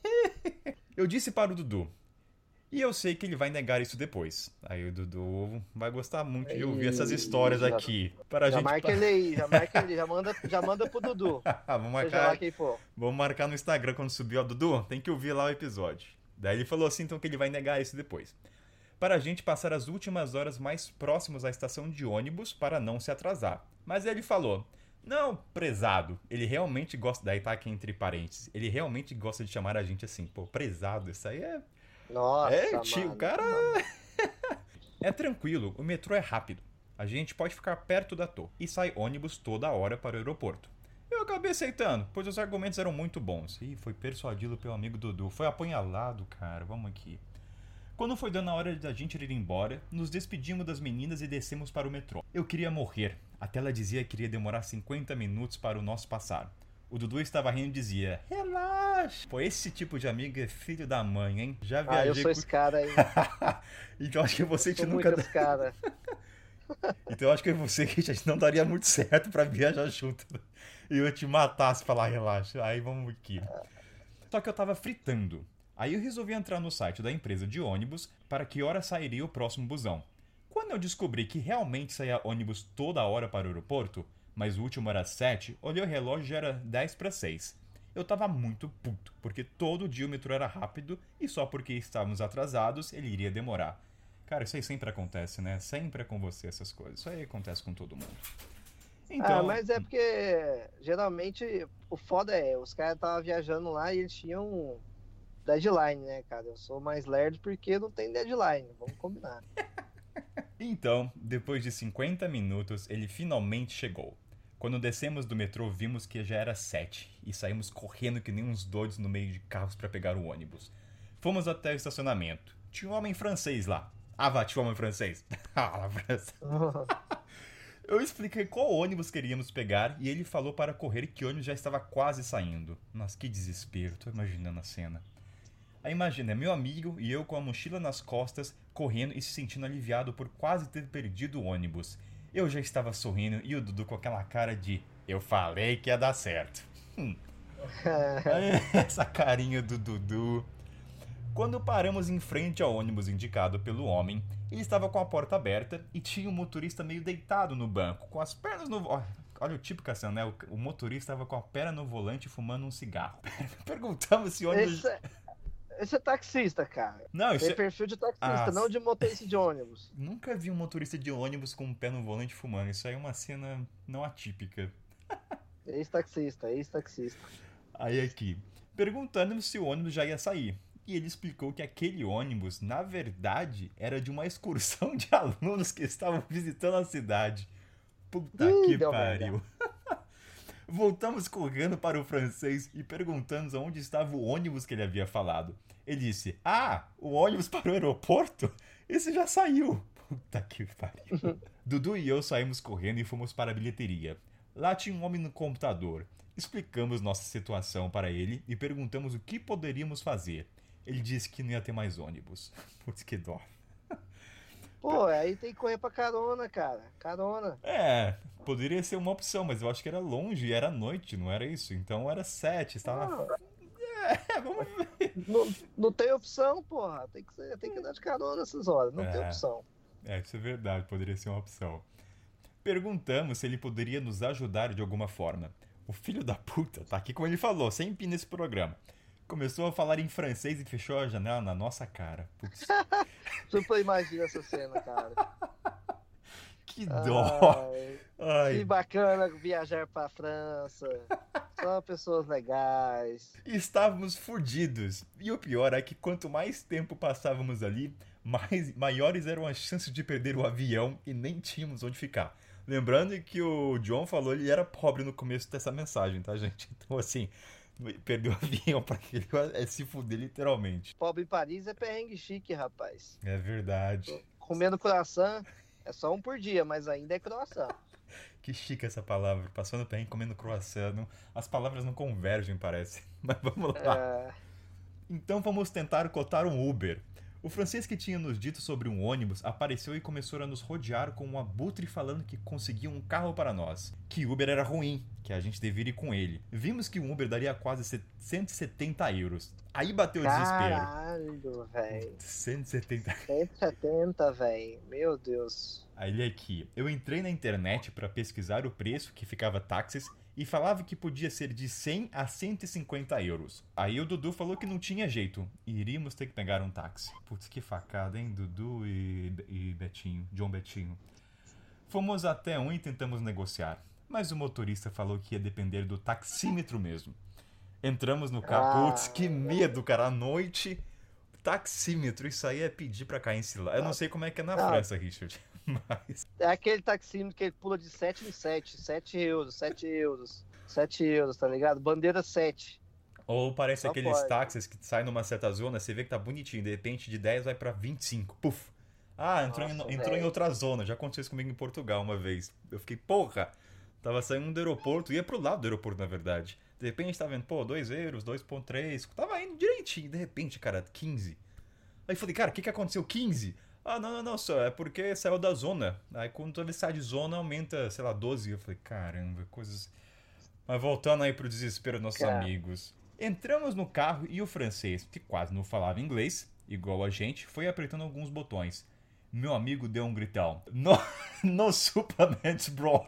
Eu disse para o Dudu. E eu sei que ele vai negar isso depois. Aí o Dudu vai gostar muito de ouvir essas histórias aqui. Já marca ele aí, já manda pro Dudu. Vamos marcar, seja lá quem for. Vamos marcar no Instagram quando subir. Ó, Dudu, tem que ouvir lá o episódio. Daí ele falou assim, então, que ele vai negar isso depois. Para a gente passar as últimas horas mais próximos à estação de ônibus para não se atrasar. Mas ele falou, não, prezado, ele realmente gosta, daí tá aqui entre parênteses, ele realmente gosta de chamar a gente assim, pô, prezado, isso aí é... Nossa, tio, mano, o cara... É tranquilo, o metrô é rápido. A gente pode ficar perto da torre e sai ônibus toda hora para o aeroporto. Eu acabei aceitando, pois os argumentos eram muito bons. Ih, foi persuadido pelo amigo Dudu. Foi apunhalado, cara. Vamos aqui. Quando foi dando a hora da gente ir embora, nos despedimos das meninas e descemos para o metrô. Eu queria morrer. Até ela dizia que iria demorar 50 minutos para o nosso passar. O Dudu estava rindo e dizia, relaxa. Pô, esse tipo de amigo é filho da mãe, hein? Já viajei eu sou esse cara aí. Então acho que você sou nunca... muito esse cara. Então acho que você que a gente não daria muito certo pra viajar junto. E eu te matasse pra falar, relaxa. Aí vamos aqui. Só que eu tava fritando. Aí eu resolvi entrar no site da empresa de ônibus para que hora sairia o próximo busão. Quando eu descobri que realmente saía ônibus toda hora para o aeroporto, mas o último era 7, olhei o relógio e já era 10 para 6. Eu tava muito puto, porque todo dia o metrô era rápido e só porque estávamos atrasados ele iria demorar. Cara, isso aí sempre acontece, né? Sempre é com você essas coisas. Isso aí acontece com todo mundo. Então... mas é porque geralmente o foda os caras estavam viajando lá e eles tinham deadline, né, cara? Eu sou mais lerdo porque não tem deadline, vamos combinar. Então, depois de 50 minutos, ele finalmente chegou. Quando descemos do metrô, vimos que já era 7 e saímos correndo que nem uns doidos no meio de carros para pegar o ônibus. Fomos até o estacionamento. Tinha um homem francês lá. Tinha um homem francês. Eu expliquei qual ônibus queríamos pegar e ele falou para correr que o ônibus já estava quase saindo. Nossa, que desespero, tô imaginando a cena. Aí imagina, meu amigo e eu com a mochila nas costas, correndo e se sentindo aliviado por quase ter perdido o ônibus. Eu já estava sorrindo e o Dudu com aquela cara de eu falei que ia dar certo. Essa carinha do Dudu. Quando paramos em frente ao ônibus indicado pelo homem, ele estava com a porta aberta e tinha um motorista meio deitado no banco, com as pernas no... olha o típico assim, né? O motorista estava com a perna no volante fumando um cigarro. Perguntamos se ônibus... Esse é taxista, cara. Não, isso Tem perfil de taxista, não de motorista de ônibus. Nunca vi um motorista de ônibus com o pé no volante fumando. Isso aí é uma cena não atípica. Ex-taxista. Aí aqui, perguntando se o ônibus já ia sair. E ele explicou que aquele ônibus, na verdade, era de uma excursão de alunos que estavam visitando a cidade. Puta que pariu. Voltamos correndo para o francês e perguntamos onde estava o ônibus que ele havia falado. Ele disse, o ônibus para o aeroporto? Esse já saiu. Puta que pariu. Dudu e eu saímos correndo e fomos para a bilheteria. Lá tinha um homem no computador. Explicamos nossa situação para ele e perguntamos o que poderíamos fazer. Ele disse que não ia ter mais ônibus. Putz, que dó. Pô, aí tem que correr pra carona, cara. Carona. Poderia ser uma opção, mas eu acho que era longe e era noite, não era isso? Então era 7, estava... Vamos ver. Não tem opção, porra. Tem que andar de carona nessas horas. Não tem opção. Isso é verdade, poderia ser uma opção. Perguntamos se ele poderia nos ajudar de alguma forma. O filho da puta, tá aqui como ele falou, sempre nesse programa. Começou a falar em francês e fechou a janela na nossa cara. Putz. Super imagina essa cena, cara. Que dó. Que bacana viajar pra França. Só pessoas legais. Estávamos fudidos. E o pior é que quanto mais tempo passávamos ali, maiores eram as chances de perder o avião e nem tínhamos onde ficar. Lembrando que o John falou que ele era pobre no começo dessa mensagem, tá, gente? Então, assim, perder o avião pra ele é se fuder literalmente. Pobre em Paris é perrengue chique, rapaz. É verdade. Comendo croissant, é só um por dia, mas ainda é croissant. Que chique essa palavra. Passando perrengue comendo croissant. Não, as palavras não convergem, parece. Mas vamos lá. Então vamos tentar cotar um Uber. O francês que tinha nos dito sobre um ônibus apareceu e começou a nos rodear com um abutre falando que conseguia um carro para nós. Que Uber era ruim, que a gente deveria ir com ele. Vimos que um Uber daria quase 170 euros. Aí bateu o desespero. Caralho, velho. 170. 170, velho. Meu Deus. Aí aqui, eu entrei na internet para pesquisar o preço que ficava táxis e falava que podia ser de 100 a 150 euros. Aí o Dudu falou que não tinha jeito, iríamos ter que pegar um táxi. Putz, que facada, hein, Dudu e Betinho, John Betinho. Fomos até um e tentamos negociar, mas o motorista falou que ia depender do taxímetro mesmo. Entramos no carro, putz, que medo, cara, à noite... Taxímetro, isso aí é pedir pra cair em cilada. Eu não sei como é que é na França, Richard. Mas... É aquele taxímetro que ele pula de 7 em 7. 7 euros, 7 euros. 7 euros, tá ligado? Bandeira 7. Ou parece só aqueles táxis que saem numa certa zona, você vê que tá bonitinho, de repente de 10 vai pra 25. Puf! Entrou em outra zona. Já aconteceu isso comigo em Portugal uma vez. Eu fiquei, porra! Tava saindo do aeroporto, ia pro lado do aeroporto, na verdade. De repente tava vendo, 2 euros, 2,3. Tava indo direitinho, de repente, cara, 15. Aí falei, cara, o que aconteceu? 15? Não, só é porque saiu da zona. Aí quando ele sai de zona, aumenta, sei lá, 12. Eu falei, caramba, coisas... Mas voltando aí pro desespero dos nossos amigos. Entramos no carro e o francês, que quase não falava inglês, igual a gente, foi apertando alguns botões. Meu amigo deu um gritão. No supplements, bro.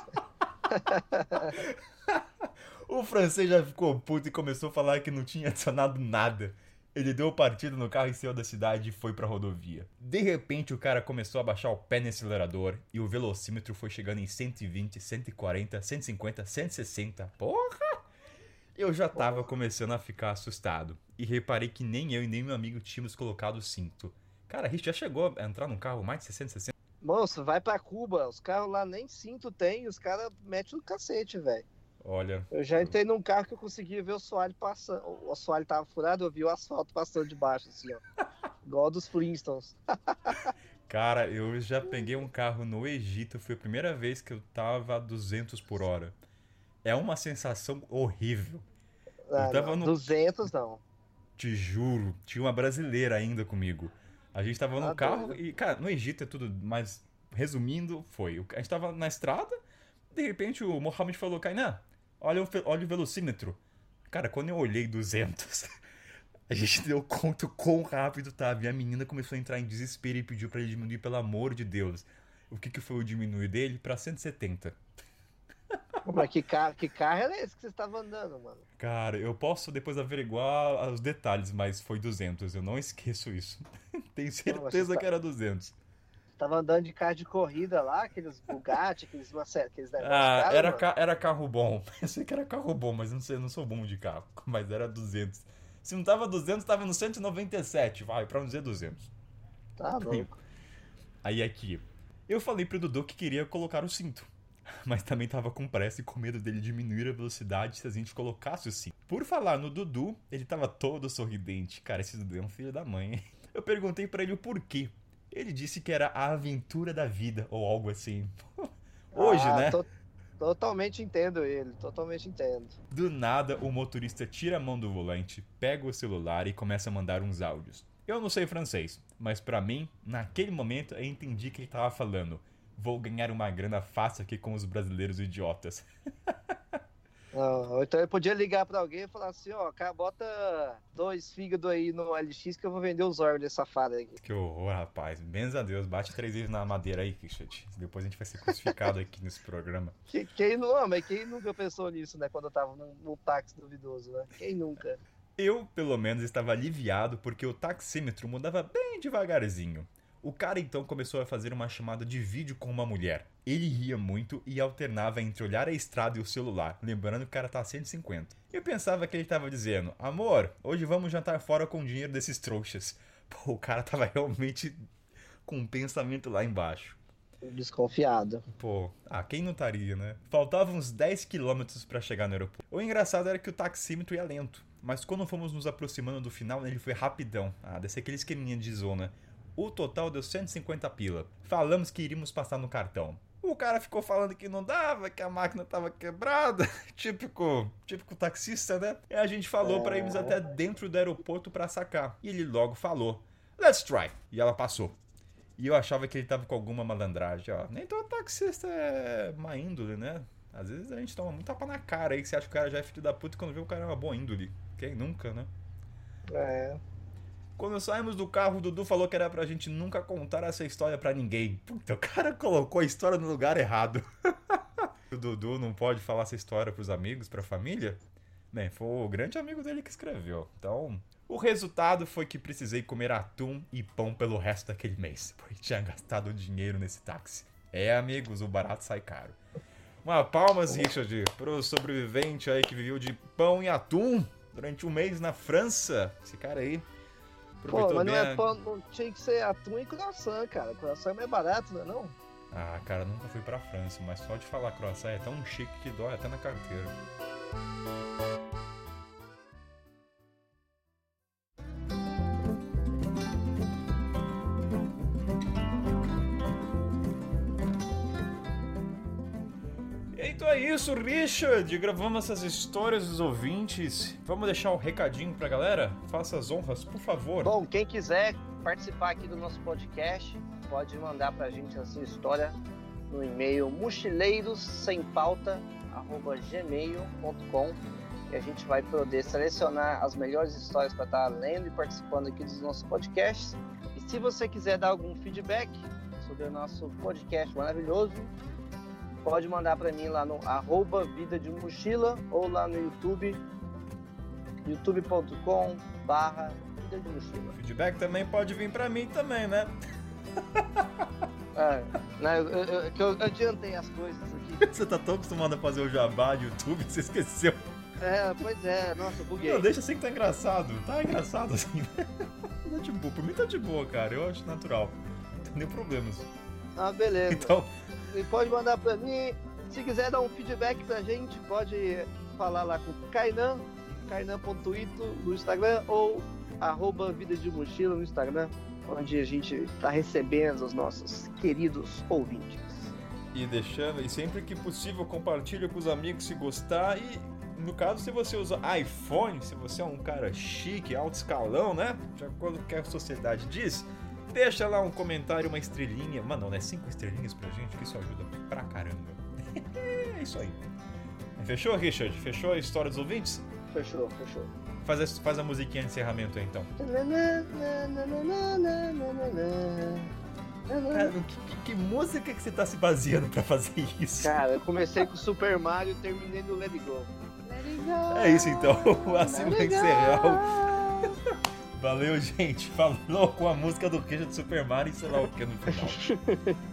O francês já ficou puto e começou a falar que não tinha adicionado nada. Ele deu partida no carro e saiu da cidade e foi pra rodovia. De repente o cara começou a baixar o pé no acelerador e o velocímetro foi chegando em 120, 140, 150, 160. Porra! Eu já tava começando a ficar assustado. E reparei que nem eu e nem meu amigo tínhamos colocado o cinto. Cara, a gente já chegou a entrar num carro mais de 60, 60? Moço, vai pra Cuba. Os carros lá nem cinto tem. Os caras metem no cacete, velho. Olha... Eu já entrei num carro que eu conseguia ver o assoalho passando. O assoalho tava furado, eu vi o asfalto passando de baixo, assim, ó. Igual dos Flintstones. Cara, eu já peguei um carro no Egito. Foi a primeira vez que eu tava a 200 por hora. É uma sensação horrível. Eu tava não, 200 não. Te juro. Tinha uma brasileira ainda comigo. A gente tava no carro e, cara, no Egito é tudo, mas resumindo, foi. A gente tava na estrada, de repente o Mohamed falou, Kainan, olha o velocímetro. Cara, quando eu olhei 200, a gente deu conta o quão rápido tava. E a menina começou a entrar em desespero e pediu pra ele diminuir, pelo amor de Deus. O que foi o diminuir dele? Pra 170. Mas que carro era esse que você estava andando, mano? Cara, eu posso depois averiguar os detalhes, mas foi 200, eu não esqueço isso. Tenho certeza que era 200. Você tava andando de carro de corrida lá, aqueles Bugatti, aqueles negócios Era carro bom. Eu sei que era carro bom, mas não sou bom de carro. Mas era 200. Se não tava 200, tava no 197, vai, pra não dizer 200. Tá louco. Aí aqui, eu falei pro Dudu que queria colocar o cinto. Mas também tava com pressa e com medo dele diminuir a velocidade se a gente colocasse o cinto. Por falar no Dudu, ele tava todo sorridente. Cara, esse Dudu é um filho da mãe, hein? Eu perguntei pra ele o porquê. Ele disse que era a aventura da vida, ou algo assim. Hoje, né? Totalmente entendo ele, totalmente entendo. Do nada, o motorista tira a mão do volante, pega o celular e começa a mandar uns áudios. Eu não sei francês, mas pra mim, naquele momento, eu entendi que ele tava falando: vou ganhar uma grana fácil aqui com os brasileiros idiotas. Então eu podia ligar pra alguém e falar assim, ó, cara, bota 2 fígados aí no LX que eu vou vender os órgãos desse safado aqui. Que horror, rapaz. Benza a Deus, bate 3 vezes na madeira aí, Richard. Depois a gente vai ser crucificado aqui nesse programa. Quem nunca pensou nisso, né, quando eu tava num táxi duvidoso, né? Quem nunca? Eu, pelo menos, estava aliviado porque o taxímetro mudava bem devagarzinho. O cara então começou a fazer uma chamada de vídeo com uma mulher. Ele ria muito e alternava entre olhar a estrada e o celular, lembrando que o cara tá a 150. Eu pensava que ele tava dizendo: amor, hoje vamos jantar fora com o dinheiro desses trouxas. Pô, o cara tava realmente com um pensamento lá embaixo. Desconfiado. Pô, quem não estaria, né? Faltavam uns 10 km pra chegar no aeroporto. O engraçado era que o taxímetro ia lento, mas quando fomos nos aproximando do final, ele foi rapidão. Desse aquele esqueminha de zona. O total deu 150 pila. Falamos que iríamos passar no cartão. O cara ficou falando que não dava, que a máquina tava quebrada. Típico taxista, né? E a gente falou pra irmos até dentro do aeroporto pra sacar. E ele logo falou: let's try. E ela passou. E eu achava que ele tava com alguma malandragem, ó. Nem todo taxista é má índole, né? Às vezes a gente toma muito tapa na cara aí, que você acha que o cara já é filho da puta e quando vê o cara é uma boa índole. Quem nunca, né? Quando saímos do carro, o Dudu falou que era pra gente nunca contar essa história pra ninguém. Puta, o cara colocou a história no lugar errado. O Dudu não pode falar essa história pros amigos, pra família? Bem, foi o grande amigo dele que escreveu. Então, o resultado foi que precisei comer atum e pão pelo resto daquele mês, pois tinha gastado dinheiro nesse táxi. Amigos, o barato sai caro. Uma palmas, Richard, pro sobrevivente aí que viveu de pão e atum durante um mês na França. Esse cara aí. Pô, mas não é pão, não tinha que ser atum e croissant, cara. Croissant é mais barato, não é não? Cara, nunca fui pra França, mas só de falar croissant é tão chique que dói até na carteira. Então é isso, Richard. Gravamos essas histórias dos ouvintes. Vamos deixar um recadinho pra galera? Faça as honras, por favor. Bom, quem quiser participar aqui do nosso podcast, pode mandar pra gente a sua história no e-mail mochileirosempauta@gmail.com e a gente vai poder selecionar as melhores histórias para estar lendo e participando aqui dos nossos podcasts. E se você quiser dar algum feedback sobre o nosso podcast maravilhoso, pode mandar para mim lá no @vida de mochila ou lá no YouTube, youtube.com/vida de mochila. Feedback também pode vir para mim também, né? Eu adiantei as coisas aqui. Você tá tão acostumado a fazer o jabá de YouTube que você esqueceu. Pois é, nossa, buguei. Não, deixa assim que tá engraçado. Tá engraçado assim. Tá de boa. Por mim tá de boa, cara. Eu acho natural. Não tem nem problemas. Beleza. Então... E pode mandar pra mim. Se quiser dar um feedback pra gente, pode falar lá com o Kainan.ito no Instagram ou @vida de mochila no Instagram, onde a gente tá recebendo os nossos queridos ouvintes. E sempre que possível, compartilha com os amigos se gostar. E no caso, se você usa iPhone, se você é um cara chique, alto escalão, né? De acordo com o que a sociedade diz, deixa lá um comentário, uma estrelinha. Mano, não é 5 estrelinhas pra gente, que isso ajuda pra caramba. É isso aí. Fechou, Richard? Fechou a história dos ouvintes? Fechou. Faz a musiquinha de encerramento aí, então. Cara, que música que você tá se baseando pra fazer isso? Cara, eu comecei com Super Mario e terminei no Let It Go. Let it go. É isso então, assim vai Let it encerrar. go. Valeu, gente. Falou com a música do queijo do Super Mario e sei lá o que no final.